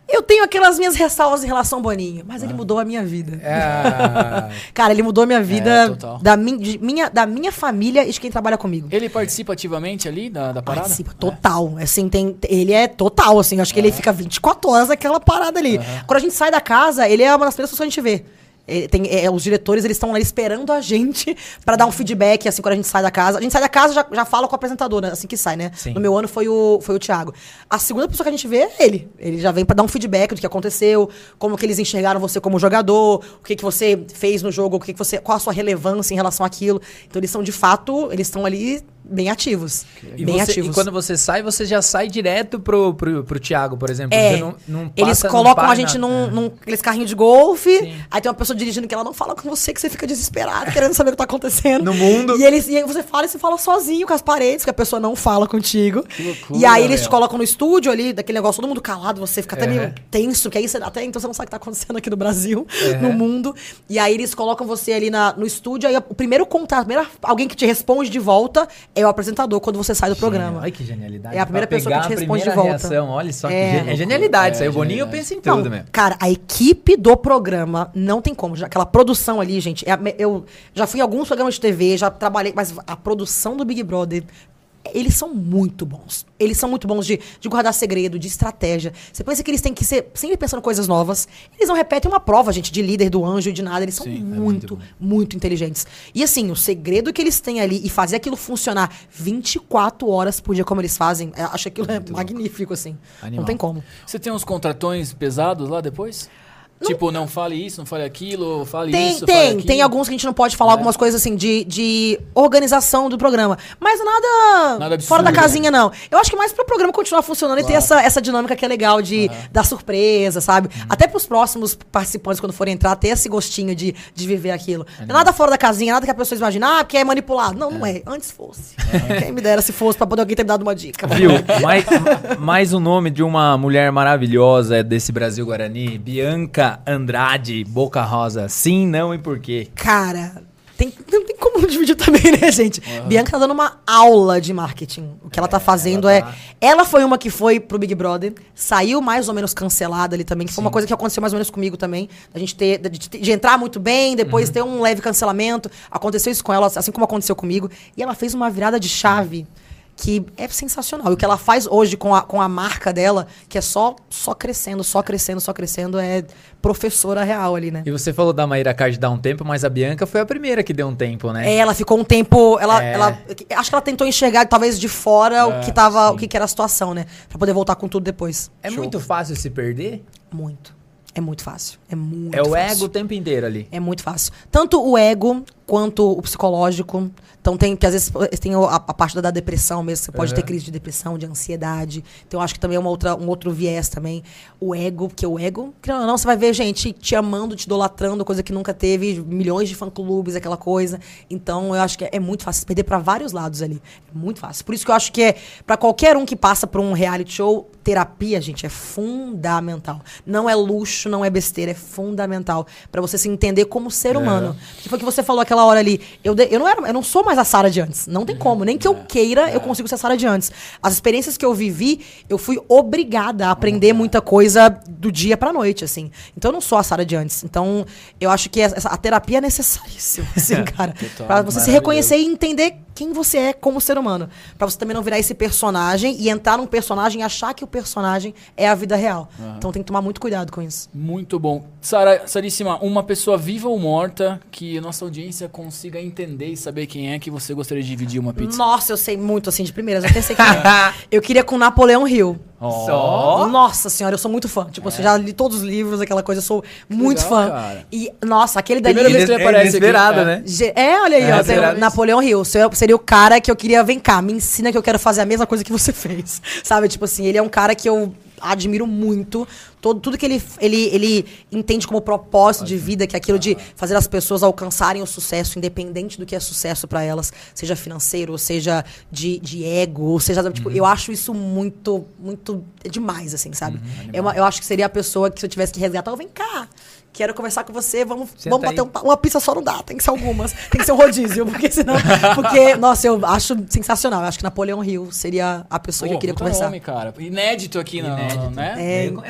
Eu tenho aquelas minhas ressalvas em relação ao Boninho, mas ele mudou a minha vida. Cara, ele mudou a minha vida da minha família e de quem trabalha comigo. Ele participa ativamente ali da parada? Participa, total. Assim, ele é total, assim. Acho que ele fica 24 horas naquela parada ali. Quando a gente sai da casa, ele é uma das primeiras pessoas que a gente vê. Os diretores, eles estão lá esperando a gente pra dar um feedback, assim, quando a gente sai da casa. A gente sai da casa, já fala com a apresentadora, assim que sai, né? Sim. No meu ano foi o Thiago. A segunda pessoa que a gente vê é ele. Ele já vem pra dar um feedback do que aconteceu, como que eles enxergaram você como jogador, o que você fez no jogo, qual a sua relevância em relação àquilo. Então eles são, de fato, eles estão ali bem ativos. E quando você sai, você já sai direto pro Thiago, por exemplo. Você não passa, eles colocam a gente num aqueles carrinhos de golfe, aí tem uma pessoa dirigindo que ela não fala com você, que você fica desesperado, querendo saber o que tá acontecendo. No mundo. E aí você fala sozinho com as paredes, que a pessoa não fala contigo. Que loucura, e aí eles te colocam no estúdio ali, daquele negócio, todo mundo calado, você fica até meio tenso, que aí até então você não sabe o que tá acontecendo aqui no Brasil, no mundo. E aí eles colocam você ali no estúdio, aí o primeiro contato, alguém que te responde de volta é o apresentador quando você sai do programa. Olha que genialidade. É a primeira pessoa que te responde de volta. Reação. Olha só que genialidade. Isso aí, o Boninho pensa em tudo mesmo. Cara, a equipe do programa não tem como. Aquela produção ali, gente. Eu já fui em alguns programas de TV, já trabalhei, mas a produção do Big Brother, eles são muito bons. Eles são muito bons de guardar segredo, de estratégia. Você pensa que eles têm que ser sempre pensando coisas novas. Eles não repetem uma prova, gente, de líder do anjo e de nada. Eles são muito inteligentes. E assim, o segredo que eles têm ali e fazer aquilo funcionar 24 horas por dia como eles fazem, acho que aquilo é magnífico, assim. Animal. Não tem como. Você tem uns contratões pesados lá depois? Tipo, não fale isso, não fale aquilo, fale isso, fale aquilo. Tem alguns que a gente não pode falar algumas coisas assim de organização do programa. Mas nada fora da casinha, não. Eu acho que mais pro programa continuar funcionando e ter essa dinâmica que é legal de dar surpresa, sabe? Até pros próximos participantes, quando forem entrar, ter esse gostinho de viver aquilo. Nada fora da casinha, nada que a pessoa imagina, porque é manipulado. Não é. Antes fosse. Quem me dera se fosse, pra poder alguém ter me dado uma dica. Viu? Mais o nome de uma mulher maravilhosa desse Brasil Guarani, Bianca Andrade, Boca Rosa. Sim, não e por quê? Cara, não tem como dividir também, né, gente? Bianca tá dando uma aula de marketing. O que ela tá fazendo Ela foi uma que foi pro Big Brother, saiu mais ou menos cancelada ali também, que foi uma coisa que aconteceu mais ou menos comigo também. A gente de entrar muito bem, depois ter um leve cancelamento. Aconteceu isso com ela, assim como aconteceu comigo. E ela fez uma virada de chave que é sensacional. E o que ela faz hoje com a marca dela, que é só crescendo, é professora real ali, né? E você falou da Mayra Card dar um tempo, mas a Bianca foi a primeira que deu um tempo, né? Ela ficou um tempo... acho que ela tentou enxergar, talvez, de fora o que era a situação, né? Pra poder voltar com tudo depois. É muito fácil se perder? Muito. É muito fácil. É muito fácil. É o ego o tempo inteiro ali. É muito fácil. Tanto o ego quanto o psicológico. Então que às vezes tem a parte da depressão mesmo. Você pode ter crise de depressão, de ansiedade. Então eu acho que também é um outro viés também. O ego, porque o ego, não, você vai ver gente te amando, te idolatrando, coisa que nunca teve, milhões de fã-clubes, aquela coisa. Então eu acho que é muito fácil se perder pra vários lados ali. É muito fácil. Por isso que eu acho que pra qualquer um que passa por um reality show, terapia, gente, é fundamental. Não é luxo, não é besteira, é fundamental pra você se entender como ser humano. Que foi o que você falou aquela hora ali. Eu não sou mais a Sara de antes. Não tem como. Nem que eu queira, eu consigo ser a Sara de antes. As experiências que eu vivi, eu fui obrigada a aprender muita coisa do dia pra noite, assim. Então eu não sou a Sara de antes. Então eu acho que a terapia é necessaríssima, assim, cara. Pra você se reconhecer e entender quem você é como ser humano. Pra você também não virar esse personagem e entrar num personagem e achar que o personagem é a vida real. Então tem que tomar muito cuidado com isso. Muito bom. Saríssima, uma pessoa viva ou morta que a nossa audiência consiga entender e saber quem é que você gostaria de dividir uma pizza. Nossa, eu sei muito assim de primeira, já pensei quem é. Eu queria com Napoleão Hill. Nossa senhora, eu sou muito fã. Tipo, eu já li todos os livros, aquela coisa, eu sou muito fã. Cara. E, nossa, aquele dali... Primeira vez que ele aparece inesperado, né? Olha aí, Napoleão Hill. Seria o cara que eu queria, vem cá, me ensina que eu quero fazer a mesma coisa que você fez. Sabe? Tipo assim, ele é um cara que eu admiro muito. Tudo que ele entende como propósito de vida, que é aquilo de fazer as pessoas alcançarem o sucesso, independente do que é sucesso pra elas, seja financeiro, ou seja de ego, ou seja, tipo, eu acho isso muito, muito demais, assim, sabe? Eu acho que seria a pessoa que, se eu tivesse que resgatar, vem cá, quero conversar com você, vamos bater uma pizza só não dá, tem que ser algumas, tem que ser um rodízio, porque, nossa, eu acho sensacional, eu acho que Napoleão Hill seria a pessoa que eu queria conversar. Nome, cara. Inédito aqui, né? Ela sentou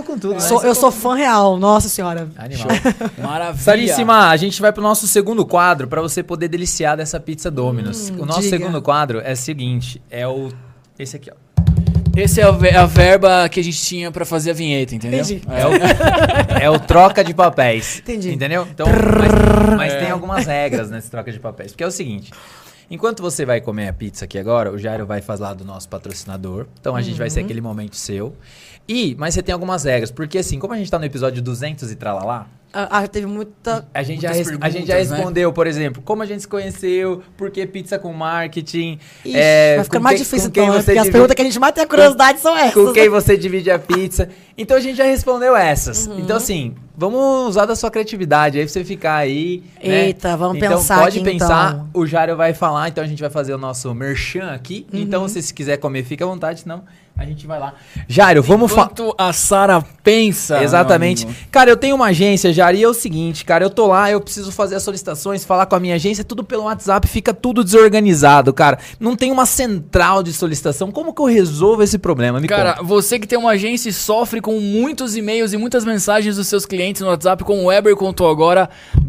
começou com tudo. Eu sou fã real, nossa senhora. Animal. Maravilha. Sarissima, a gente vai pro nosso segundo quadro pra você poder deliciar dessa pizza Domino's. O nosso segundo quadro é o seguinte, esse aqui, ó. Esse é a verba que a gente tinha pra fazer a vinheta, entendeu? Entendi. É o troca de papéis. Entendi. Entendeu? Então, mas tem algumas regras nesse troca de papéis. Porque é o seguinte, enquanto você vai comer a pizza aqui agora, o Jairo vai falar do nosso patrocinador. Então a gente vai ser aquele momento seu. Mas você tem algumas regras. Porque assim, como a gente tá no episódio 200 e tralalá, teve muita... A gente já respondeu, né? Por exemplo, como a gente se conheceu, por que pizza com marketing. Ixi, vai ficar mais difícil então, porque as perguntas que a gente mais tem a curiosidade são essas. Com quem você divide a pizza. Então a gente já respondeu essas. Então assim, vamos usar da sua criatividade aí pra você ficar aí. Eita, né? vamos então, pensar pode aqui pensar, então. O Jário vai falar, então a gente vai fazer o nosso merchan aqui. Então se quiser comer, fica à vontade, senão a gente vai lá. Jário, vamos falar. Enquanto a Sara pensa. Exatamente. Cara, eu tenho uma agência, Jário, e é o seguinte, cara, eu tô lá, eu preciso fazer as solicitações, falar com a minha agência, tudo pelo WhatsApp, fica tudo desorganizado, cara. Não tem uma central de solicitação. Como que eu resolvo esse problema? Me Cara, conta. você que tem uma agência e sofre com muitos e-mails e muitas mensagens dos seus clientes no WhatsApp, como o Weber contou agora,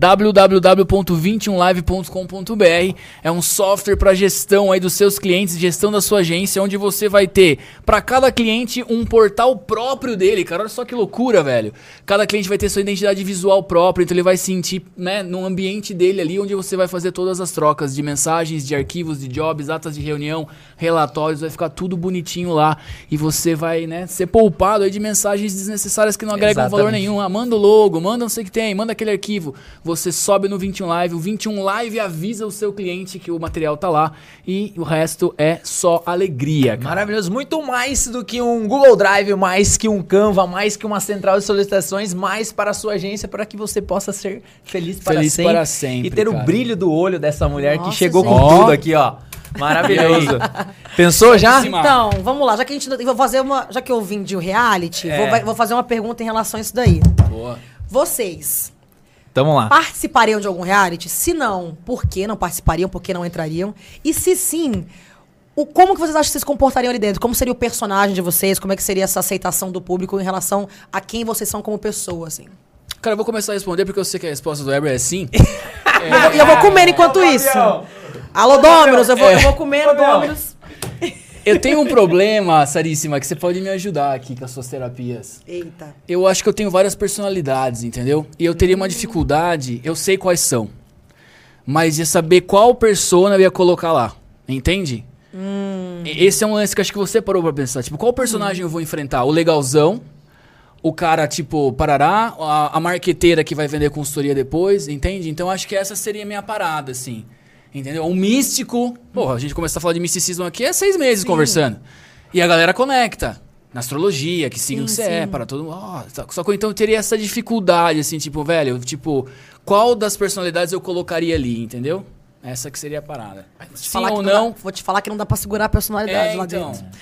www.21live.com.br é um software para gestão aí dos seus clientes, gestão da sua agência, onde você vai ter para cada cliente um portal próprio dele, cara. Olha só que loucura, velho. Cada cliente vai ter sua identidade visual própria, então ele vai sentir, né, no ambiente dele ali, onde você vai fazer todas as trocas de mensagens, de arquivos, de jobs, atas de reunião, relatórios, vai ficar tudo bonitinho lá e você vai, né, ser poupado aí de mensagens desnecessárias que não agregam valor nenhum. Manda o logo, manda não sei o que tem, manda aquele arquivo. Você sobe no 21 Live, o 21 Live avisa o seu cliente que o material tá lá e o resto é só alegria, cara. Maravilhoso. Muito mais do que um Google Drive, mais que um Canva, mais que uma central de solicitações, mais para a sua agência, para que você possa ser feliz para sempre. E ter o brilho do olho dessa mulher que chegou com tudo aqui, ó. Maravilhoso. Pensou já? Então, vamos lá. Já que já que eu vim de um reality, vou fazer uma pergunta em relação a isso daí. Boa. Vocês Tamo lá. participariam de algum reality? Se não, por que não participariam? Por que não entrariam? E se sim, como que vocês acham que vocês se comportariam ali dentro? Como seria o personagem de vocês? Como é que seria essa aceitação do público em relação a quem vocês são como pessoa, assim? Cara, eu vou começar a responder porque eu sei que a resposta do Weber é sim. E eu vou comer enquanto isso. Alô, Domino's, eu vou comer Domino's. Eu tenho um problema, Saríssima, que você pode me ajudar aqui com as suas terapias. Eita. Eu acho que eu tenho várias personalidades, entendeu? E eu teria uma dificuldade, eu sei quais são, mas de saber qual persona eu ia colocar lá, entende? Esse é um lance que acho que você parou pra pensar. Tipo, qual personagem eu vou enfrentar? O legalzão, o cara, tipo, parará, a marqueteira que vai vender consultoria depois, entende? Então acho que essa seria a minha parada, assim. Entendeu? Um místico. Porra, a gente começa a falar de misticismo aqui há 6 meses conversando. E a galera conecta. Na astrologia, que signo você é, para todo mundo. Só que então eu teria essa dificuldade, assim, tipo, velho, tipo, qual das personalidades eu colocaria ali, entendeu? Essa que seria a parada. Sim ou não? Vou te falar que não dá pra segurar a personalidade lá então. dentro.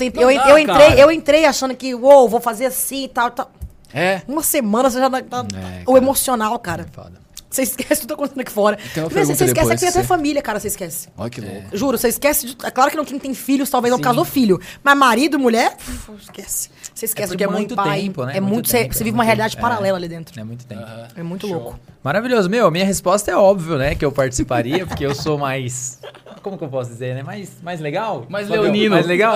Eu entrei achando que, vou fazer assim e tal. Uma semana você já tá... O emocional, cara. Foda. Você esquece tudo acontecendo aqui fora. Então você esquece que tem até família, cara, você esquece. Olha que louco. Juro, você esquece. É claro que não, quem tem filhos talvez não casou filho. Mas marido, mulher, esquece. Você esquece de mãe, muito pai. tempo, né? É muito tempo. Você vive uma realidade paralela ali dentro. É muito tempo. É muito louco. Maravilhoso. Minha resposta é óbvio, né? Que eu participaria, porque eu sou mais... Como que eu posso dizer, né? Mais legal? Mais leonino. Mais legal?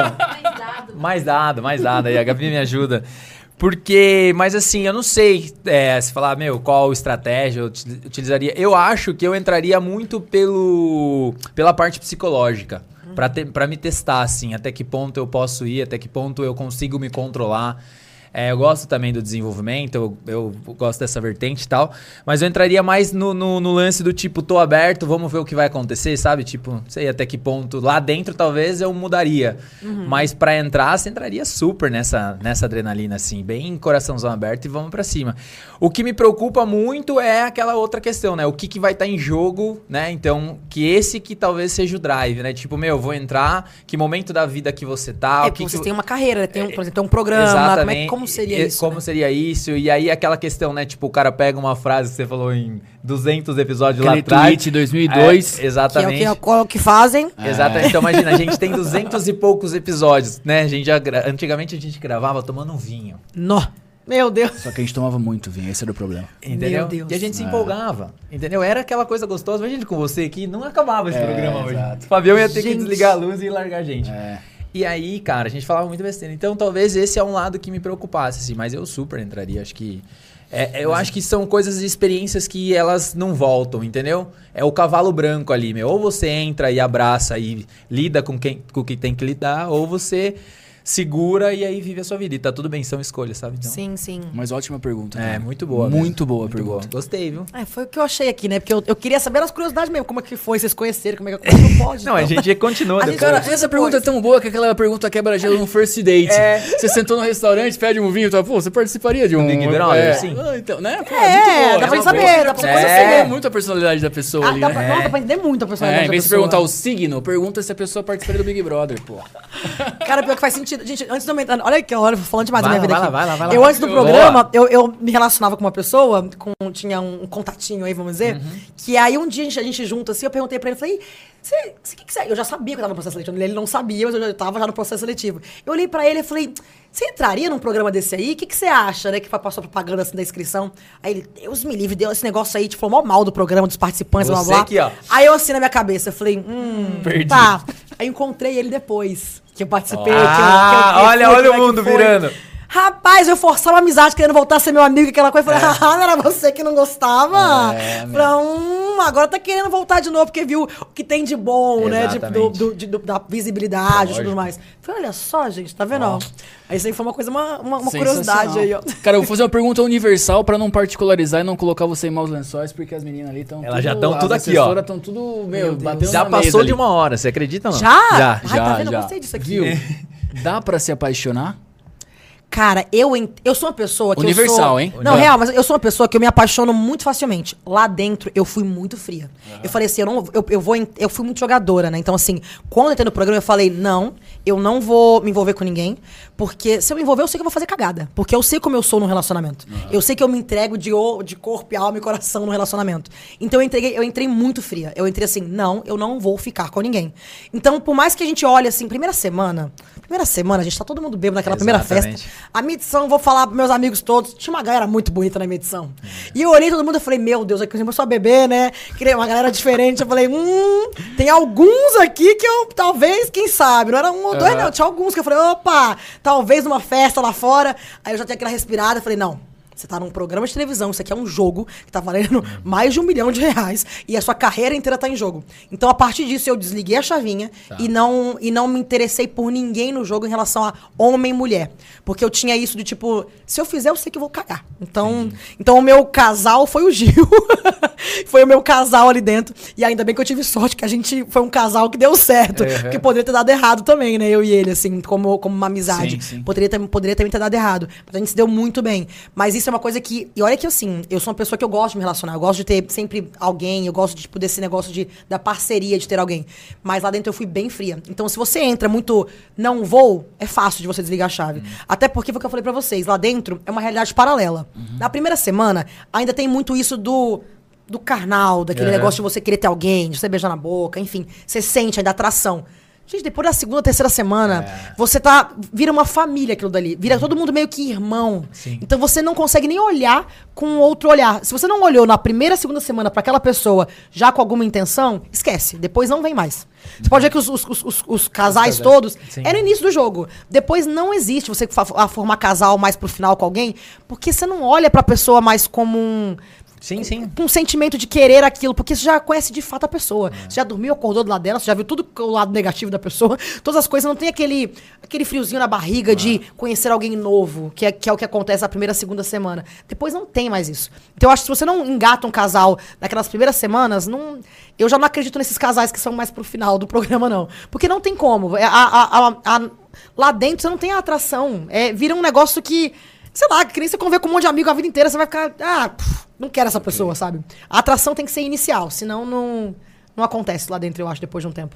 Mais dado. Aí a Gabi me ajuda. Porque, mas assim, eu não sei se falar, qual estratégia eu utilizaria. Eu acho que eu entraria muito pela parte psicológica. Pra me testar, assim, até que ponto eu posso ir, até que ponto eu consigo me controlar. Eu gosto também do desenvolvimento, eu gosto dessa vertente e tal, mas eu entraria mais no lance do tipo, tô aberto, vamos ver o que vai acontecer, sabe? Tipo, não sei até que ponto, lá dentro talvez eu mudaria, mas pra entrar, você entraria super nessa adrenalina, assim, bem coraçãozão aberto e vamos pra cima. O que me preocupa muito é aquela outra questão, né? O que vai estar em jogo, né? Então, que esse que talvez seja o drive, né? Tipo, vou entrar, que momento da vida que você tá... Porque vocês têm uma carreira, por exemplo, tem um programa, como Como seria isso? Como seria isso? E aí aquela questão, né? Tipo, o cara pega uma frase que você falou em 200 episódios lá atrás. Tweet 2002. Exatamente. Que é o que fazem. Exatamente. Então imagina, a gente tem 200 e poucos episódios, né? Antigamente a gente gravava tomando um vinho. Meu Deus. Só que a gente tomava muito vinho, esse era o problema. Entendeu? Meu Deus. E a gente se empolgava, entendeu? Era aquela coisa gostosa. Imagina com você aqui, não acabava esse programa hoje. Exato. O Fabião ia ter que desligar a luz e largar a gente. É. E aí, cara, a gente falava muito besteira. Então talvez esse é um lado que me preocupasse, assim. Mas eu super entraria, acho que... eu acho que são coisas e experiências que elas não voltam, entendeu? É o cavalo branco ali, meu. Ou você entra e abraça e lida com o que tem que lidar, ou você segura e aí vive a sua vida. E tá tudo bem, são escolhas, sabe? Então, Sim. Mas ótima pergunta. É, muito boa. Muito boa muito pergunta. Boa. Gostei, viu? Foi o que eu achei aqui, né? Porque eu queria saber as curiosidades mesmo. Como é que foi, vocês conheceram, como é que não pode. Não, a gente continua depois. Cara, essa pergunta é tão boa que aquela pergunta quebra-gelo no first date. Você sentou no restaurante, pede um vinho e fala, pô, você participaria de um... Big Brother, sim. Então, né? Pô, dá pra saber, dá pra você perceber muito a personalidade da pessoa ali, né? Dá pra entender muito a personalidade em vez de perguntar o signo, pergunta se a pessoa participaria do Big Brother, pô. Cara, pior que faz sentido. Gente, antes de eu entrar... Olha que hora, falando demais da minha vida aqui. Vai lá. Eu, antes do programa, eu me relacionava com uma pessoa, tinha um contatinho aí, vamos dizer, que aí um dia a gente junto, assim, eu perguntei pra ele, falei, que você... Eu já sabia que eu tava no processo seletivo, ele não sabia, mas eu já tava no processo seletivo. Eu olhei pra ele e falei, você entraria num programa desse aí? O que você acha, né, que passou propaganda assim da inscrição? Aí ele, Deus me livre, deu esse negócio aí, tipo, falou mal do programa, dos participantes, blá, blá. Aqui, ó. Aí eu assim na minha cabeça, eu falei, perdi. Tá. Aí encontrei ele depois, que eu participei. Olha o mundo virando. Rapaz, eu forçava a amizade querendo voltar a ser meu amigo, aquela coisa. Falei, não era você que não gostava? Agora tá querendo voltar de novo, porque viu o que tem de bom, né? Da visibilidade e tudo mais. Falei, olha só, gente, tá vendo? Aí isso aí foi uma coisa, uma curiosidade aí, ó. Cara, eu vou fazer uma pergunta universal pra não particularizar e não colocar você em maus lençóis, porque as meninas ali estão... Elas já estão tudo aqui, ó. As estão tudo, batendo já na passou mesa de 1 hora, você acredita ou não? Já? Tá vendo? Eu gostei disso aqui. Viu? Dá pra se apaixonar? Cara, eu sou uma pessoa que Universal, hein? Não, real, mas eu sou uma pessoa que eu me apaixono muito facilmente. Lá dentro, eu fui muito fria. Eu falei assim, eu fui muito jogadora, né? Então, assim, quando eu entrei no programa, eu falei, não, eu não vou me envolver com ninguém, porque se eu me envolver, eu sei que eu vou fazer cagada. Porque eu sei como eu sou no relacionamento. Eu sei que eu me entrego de corpo, alma e coração no relacionamento. Então, eu entrei muito fria. Eu entrei assim, não, eu não vou ficar com ninguém. Então, por mais que a gente olhe assim, primeira semana, a gente tá todo mundo bêbado naquela primeira festa. A minha edição, vou falar pros meus amigos todos, tinha uma galera muito bonita na minha edição. E eu olhei todo mundo e falei, meu Deus, aqui começou a beber, né? Queria uma galera diferente. Eu falei, tem alguns aqui que eu, talvez, quem sabe, não era um ou dois, não. Tinha alguns que eu falei, opa, talvez numa festa lá fora. Aí eu já tinha aquela respirada, eu falei, não. Você tá num programa de televisão, isso aqui é um jogo que tá valendo mais de R$1 milhão e a sua carreira inteira tá em jogo. Então, a partir disso, eu desliguei a chavinha e não me interessei por ninguém no jogo em relação a homem e mulher. Porque eu tinha isso de tipo, se eu fizer, eu sei que eu vou cagar. Então o meu casal foi o Gil. Foi o meu casal ali dentro. E ainda bem que eu tive sorte que a gente foi um casal que deu certo. Porque poderia ter dado errado também, né? Eu e ele, assim, como uma amizade. Sim. Poderia também ter dado errado. Mas a gente se deu muito bem. Mas isso é uma coisa que... E olha que, assim, eu sou uma pessoa que eu gosto de me relacionar. Eu gosto de ter sempre alguém. Eu gosto de, tipo, desse negócio da parceria, de ter alguém. Mas lá dentro eu fui bem fria. Então, se você entra muito não vou, é fácil de você desligar a chave. Até porque foi o que eu falei pra vocês. Lá dentro é uma realidade paralela. Na primeira semana, ainda tem muito isso do carnal, daquele negócio de você querer ter alguém, de você beijar na boca, enfim. Você sente ainda atração. Gente, depois da segunda, terceira semana, você vira uma família aquilo dali. Vira todo mundo meio que irmão. Sim. Então você não consegue nem olhar com outro olhar. Se você não olhou na primeira, segunda semana pra aquela pessoa já com alguma intenção, esquece. Depois não vem mais. Você pode ver que os casais todos é no início do jogo. Depois não existe você formar casal mais pro final com alguém, porque você não olha pra pessoa mais como um... Com um sentimento de querer aquilo, porque você já conhece de fato a pessoa. Você já dormiu, acordou do lado dela, você já viu tudo o lado negativo da pessoa, todas as coisas, não tem aquele friozinho na barriga de conhecer alguém novo, que é o que acontece na primeira, segunda semana. Depois não tem mais isso. Então eu acho que se você não engata um casal naquelas primeiras semanas, eu já não acredito nesses casais que são mais pro final do programa, não. Porque não tem como. Lá dentro você não tem a atração. Vira um negócio que... Sei lá, que nem você conviver com um monte de amigo a vida inteira, você vai ficar... não quero essa pessoa, sabe? A atração tem que ser inicial, senão não acontece lá dentro, eu acho, depois de um tempo.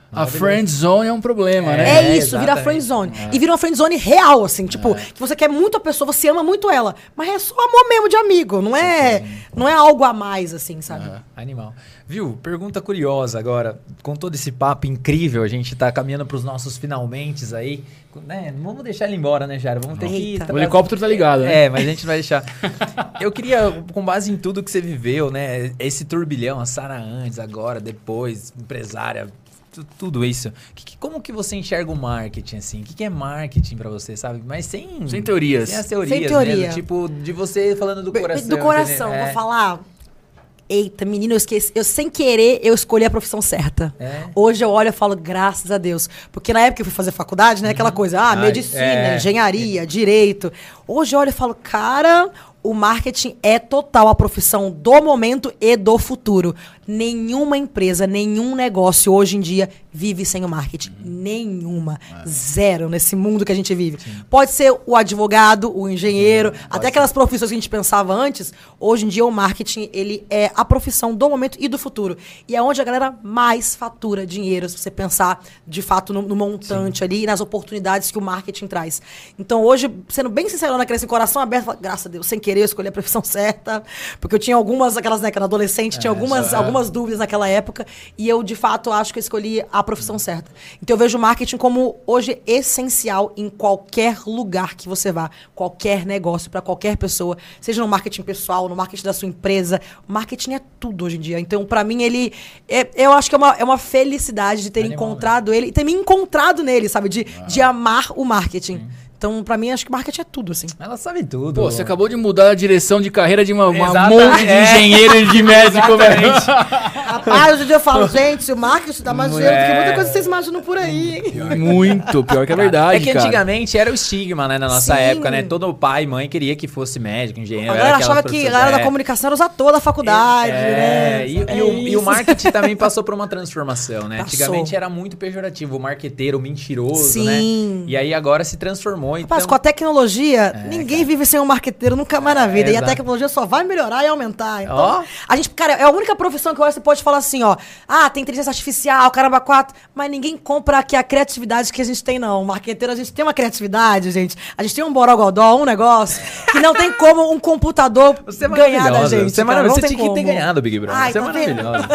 A friend zone é um problema, né? É isso, vira friend zone. E vira uma friend zone real, assim, tipo, que você quer muito a pessoa, você ama muito ela, mas é só amor mesmo de amigo, não é algo a mais, assim, sabe? Animal. Viu? Pergunta curiosa agora. Com todo esse papo incrível, a gente tá caminhando pros nossos finalmentes aí. Né? Não vamos deixar ele embora, né, Jairo? Vamos ter que... O helicóptero tá ligado, né? É, mas a gente vai deixar. Eu queria, com base em tudo que você viveu, né? Esse turbilhão, a Sara antes, agora, depois, empresária, tudo isso. Como que você enxerga o marketing, assim? O que é marketing pra você, sabe? Mas sem teorias. Sem as teorias, sem teoria. mesmo. Tipo, de você falando do coração. Do coração, vou falar... Eita, menino, eu esqueci. Eu, sem querer, eu escolhi a profissão certa. Hoje eu olho e falo, graças a Deus. Porque na época que eu fui fazer faculdade, né? Aquela coisa, medicina, engenharia, direito. Hoje eu olho e falo, cara, o marketing é total a profissão do momento e do futuro. Nenhuma empresa, nenhum negócio hoje em dia vive sem o marketing. Nenhuma. Zero nesse mundo que a gente vive. Sim. Pode ser o advogado, o engenheiro, até aquelas profissões que a gente pensava antes. Hoje em dia o marketing, ele é a profissão do momento e do futuro. E é onde a galera mais fatura dinheiro, se você pensar de fato no montante ali e nas oportunidades que o marketing traz. Então hoje, sendo bem sincero, naquele coração aberto, graças a Deus, sem querer, eu escolhi a profissão certa, porque eu tinha algumas, aquelas, né, que era adolescente, tinha algumas dúvidas naquela época, e eu, de fato, acho que eu escolhi a profissão certa. Então, eu vejo o marketing como, hoje, essencial em qualquer lugar que você vá, qualquer negócio, para qualquer pessoa, seja no marketing pessoal, no marketing da sua empresa, o marketing é tudo hoje em dia. Então, para mim, ele... eu acho que é uma felicidade de ter encontrado ele, e ter me encontrado nele, sabe? De amar o marketing. Então, pra mim, acho que marketing é tudo, assim. Ela sabe tudo. Pô, você acabou de mudar a direção de carreira de uma monte de engenheiro e de médico, velho. Rapaz, hoje em dia eu falo, gente, o marketing dá mais dinheiro do que muita coisa que vocês imaginam por aí. Muito, pior que é verdade, É que antigamente era o estigma, né, na nossa época, né? Todo pai e mãe queria que fosse médico, engenheiro. A galera achava que a galera da comunicação era os atores da faculdade, né? E o marketing também passou por uma transformação, né? Antigamente era muito pejorativo, o marqueteiro, o mentiroso, né? E aí agora se transformou. Rapaz, com a tecnologia, ninguém vive sem um marqueteiro nunca mais na vida. E a tecnologia só vai melhorar e aumentar. Então, a gente, cara, é a única profissão que eu acho que você pode falar assim, ó. Ah, tem inteligência artificial, caramba, 4. Mas ninguém compra aqui a criatividade que a gente tem, não. O marqueteiro, a gente tem uma criatividade, gente. A gente tem um borogodó, um negócio que não tem como um computador ganhar da gente. Você é maravilhoso. Você tinha que ter ganhado o Big Brother. Você é maravilhoso.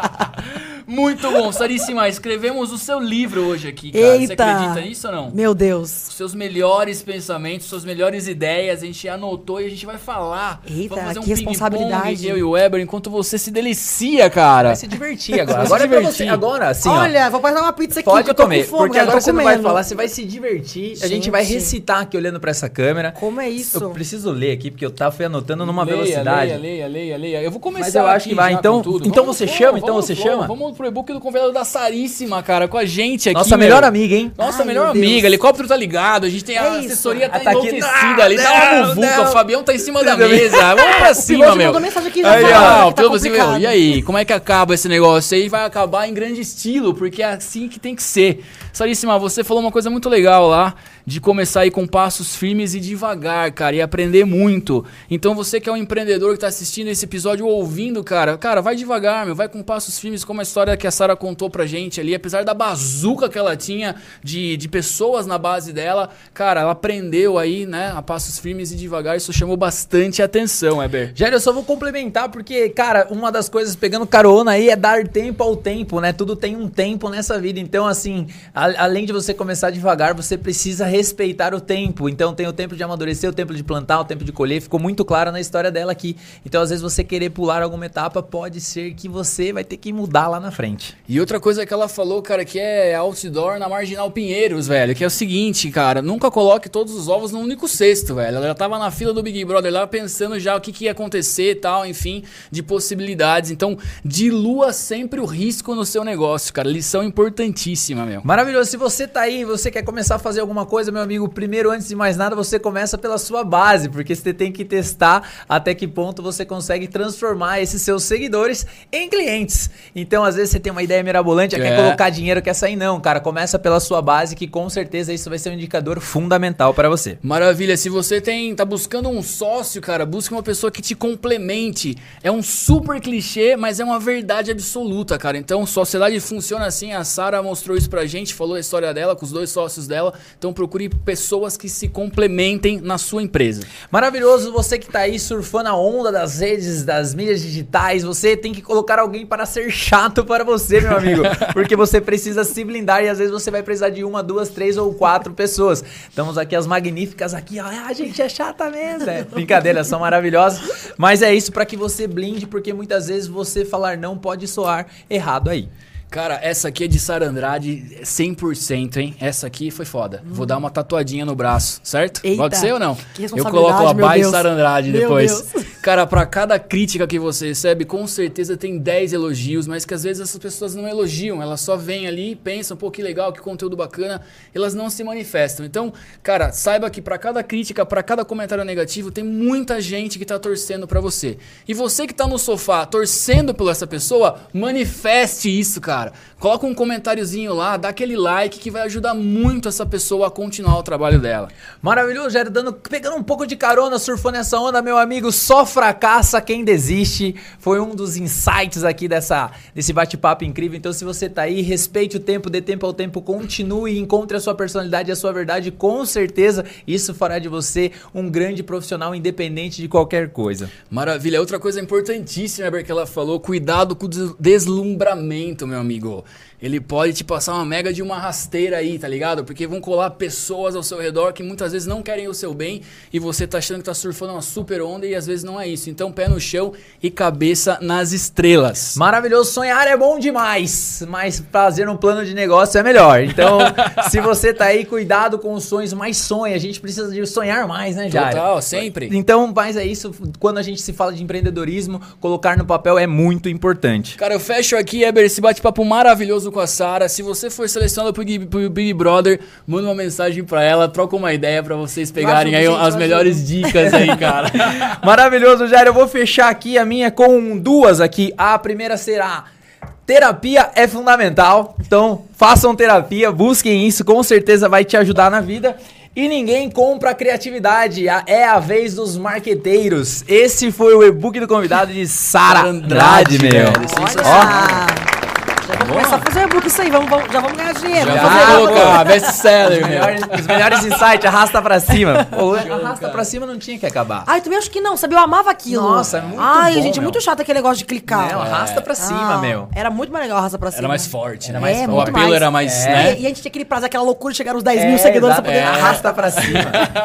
Muito bom. Saríssima, escrevemos o seu livro hoje aqui, cara. Eita. Você acredita nisso ou não? Meu Deus. Os seus melhores pensamentos, suas melhores ideias, a gente anotou e a gente vai falar. Eita, vamos fazer que responsabilidade. Eu e o Weber, enquanto você se delicia, cara. Vai se divertir agora. Agora é pra você. Agora, assim, olha, vou passar uma pizza aqui. Pode comer, fome, porque agora você não vai falar, você vai se divertir. Gente. A gente vai recitar aqui olhando pra essa câmera. Como é isso? Eu preciso ler aqui, porque eu fui anotando numa velocidade. Leia. Eu vou começar. Mas eu acho que vai. Então você chama? Vamos pro e-book do convidado da Saríssima, cara, com a gente aqui. Nossa melhor amiga, hein? Nossa melhor amiga. Helicóptero tá ligado, a gente tem a assessoria tá enlouquecida ali. Tá uma muvuca, o Fabião tá em cima da mesa. Vamos pra cima, meu. E aí, como é que acaba esse negócio aí? Vai acabar em grande estilo, porque é assim que tem que ser. Saríssima, você falou uma coisa muito legal lá, de começar aí com passos firmes e devagar, cara, e aprender muito. Então você que é um empreendedor que tá assistindo esse episódio ou ouvindo, cara, vai devagar, meu, vai com passos firmes, como a história que a Sara contou pra gente ali, apesar da bazuca que ela tinha de pessoas na base dela, cara, ela aprendeu aí, né, a passos firmes e devagar, isso chamou bastante atenção, Weber. Jair, eu só vou complementar porque, cara, uma das coisas pegando carona aí é dar tempo ao tempo, né, tudo tem um tempo nessa vida, então assim, além de você começar devagar, você precisa respeitar o tempo. Então tem o tempo de amadurecer, o tempo de plantar, o tempo de colher. Ficou muito claro na história dela aqui. Então às vezes você querer pular alguma etapa, pode ser que você vai ter que mudar lá na frente. E outra coisa que ela falou, cara, que é outdoor na Marginal Pinheiros, velho, que é o seguinte, cara, nunca coloque todos os ovos num único cesto, velho. Ela já tava na fila do Big Brother lá pensando já o que ia acontecer e tal, enfim, de possibilidades. Então dilua sempre o risco no seu negócio, cara. Lição importantíssima, meu. Maravilhoso. Se você tá aí, você quer começar a fazer alguma coisa, meu amigo, primeiro, antes de mais nada, você começa pela sua base, porque você tem que testar até que ponto você consegue transformar esses seus seguidores em clientes. Então, às vezes você tem uma ideia mirabolante, quer colocar dinheiro, quer sair. Não, cara, começa pela sua base, que com certeza isso vai ser um indicador fundamental para você. Maravilha, se você tá buscando um sócio, cara, busque uma pessoa que te complemente. É um super clichê, mas é uma verdade absoluta, cara. Então, sociedade funciona assim, a Sara mostrou isso pra gente, falou a história dela com os 2 sócios dela. Então, procure pessoas que se complementem na sua empresa. Maravilhoso, você que tá aí surfando a onda das redes, das mídias digitais, você tem que colocar alguém para ser chato para você, meu amigo, porque você precisa se blindar e às vezes você vai precisar de 1, 2, 3 ou 4 pessoas. Estamos aqui as magníficas aqui, ó, a gente é chata mesmo, brincadeira, são maravilhosas, mas é isso para que você blinde, porque muitas vezes você falar não pode soar errado aí. Cara, essa aqui é de Sara Andrade, 100%, hein? Essa aqui foi foda. Vou dar uma tatuadinha no braço, certo? Eita, pode ser ou não? Que eu coloco lá, by Sara Andrade depois. Deus. Cara, pra cada crítica que você recebe, com certeza tem 10 elogios, mas que às vezes essas pessoas não elogiam. Elas só vêm ali, pensam, pô, que legal, que conteúdo bacana. Elas não se manifestam. Então, cara, saiba que pra cada crítica, pra cada comentário negativo, tem muita gente que tá torcendo pra você. E você que tá no sofá torcendo por essa pessoa, manifeste isso, cara. Coloca um comentáriozinho lá, dá aquele like que vai ajudar muito essa pessoa a continuar o trabalho dela. Maravilhoso, Jair, pegando um pouco de carona, surfando essa onda, meu amigo, só fracassa quem desiste. Foi um dos insights aqui desse bate-papo incrível. Então, se você tá aí, respeite o tempo, dê tempo ao tempo, continue, encontre a sua personalidade e a sua verdade. Com certeza, isso fará de você um grande profissional independente de qualquer coisa. Maravilha. Outra coisa importantíssima que ela falou, cuidado com o deslumbramento, meu amigo. Ele pode te passar uma mega de uma rasteira aí, tá ligado? Porque vão colar pessoas ao seu redor que muitas vezes não querem o seu bem e você tá achando que tá surfando uma super onda e às vezes não é isso. Então, pé no chão e cabeça nas estrelas. Maravilhoso, sonhar é bom demais, mas fazer um plano de negócio é melhor. Então, se você tá aí, cuidado com os sonhos, mas sonha. A gente precisa de sonhar mais, né, Jair? Total, sempre. Então, mas é isso, quando a gente se fala de empreendedorismo, colocar no papel é muito importante. Cara, eu fecho aqui, Eber, esse bate-papo maravilhoso com a Sara. Se você for selecionado pro Big Brother, manda uma mensagem pra ela, troca uma ideia pra vocês pegarem aí as melhores dicas aí, cara. Maravilhoso, Jair. Eu vou fechar aqui a minha com 2 aqui. A primeira será: terapia é fundamental. Então, façam terapia, busquem isso, com certeza vai te ajudar na vida. E ninguém compra a criatividade, é a vez dos marqueteiros. Esse foi o e-book do convidado de Sara Andrade, meu. Ó. Vamos começar a fazer e-book isso aí, já vamos ganhar dinheiro. Best-seller, os melhores insights, arrasta pra cima. Pô, arrasta pra cima não tinha que acabar. Ai, também acho que não, sabia? Eu amava aquilo. Nossa, é muito bom, gente, é muito chato aquele negócio de clicar. Não, arrasta pra cima, meu. Era muito mais legal arrasta pra cima. Era mais forte, né? Mais forte. O apelo era mais, né? E a gente tinha aquele prazo, aquela loucura de chegar aos 10 mil seguidores pra poder arrasta pra cima.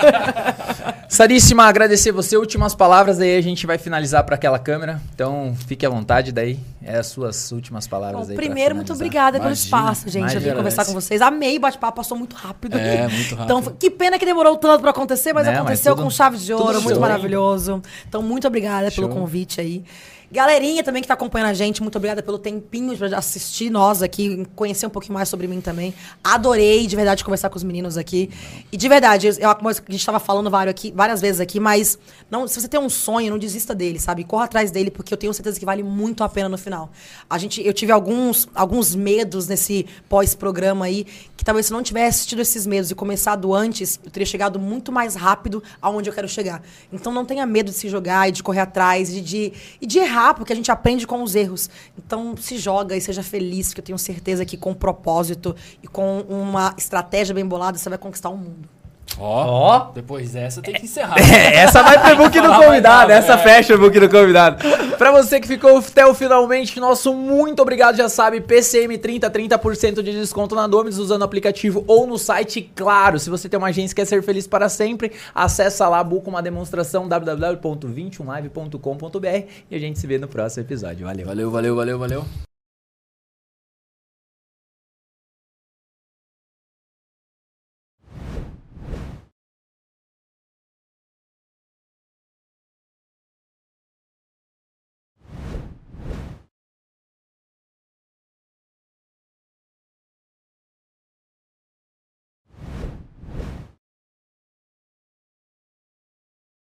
Saríssima, agradecer você. Últimas palavras, aí a gente vai finalizar pra aquela câmera. Então, fique à vontade daí. É as suas últimas palavras aí. Primeiro, muito obrigada pelo espaço, gente. Eu vim conversar com vocês. Amei o bate-papo, passou muito rápido. Muito rápido. Então, que pena que demorou tanto pra acontecer, mas aconteceu com chaves de ouro, muito maravilhoso. Então, muito obrigada pelo convite aí. Galerinha também que tá acompanhando a gente, muito obrigada pelo tempinho pra assistir nós aqui, conhecer um pouquinho mais sobre mim também. Adorei, de verdade, conversar com os meninos aqui. E de verdade, a gente tava falando várias vezes aqui, mas se você tem um sonho, não desista dele, sabe? Corra atrás dele, porque eu tenho certeza que vale muito a pena no final. Eu tive alguns medos nesse pós-programa aí, que talvez se eu não tivesse tido esses medos e começado antes, eu teria chegado muito mais rápido aonde eu quero chegar. Então não tenha medo de se jogar e de correr atrás e de errar, porque a gente aprende com os erros. Então, se joga e seja feliz, porque eu tenho certeza que com propósito e com uma estratégia bem bolada, você vai conquistar o mundo. Depois dessa tem que encerrar. Essa vai pro e-book do convidado, essa fecha o e-book do convidado. Pra você que ficou até o finalmente, nosso muito obrigado, já sabe, PCM 30% de desconto na Dominus usando o aplicativo ou no site. Claro, se você tem uma agência e quer ser feliz para sempre, acessa lá, busca uma demonstração www.21live.com.br e a gente se vê no próximo episódio. Valeu. Valeu.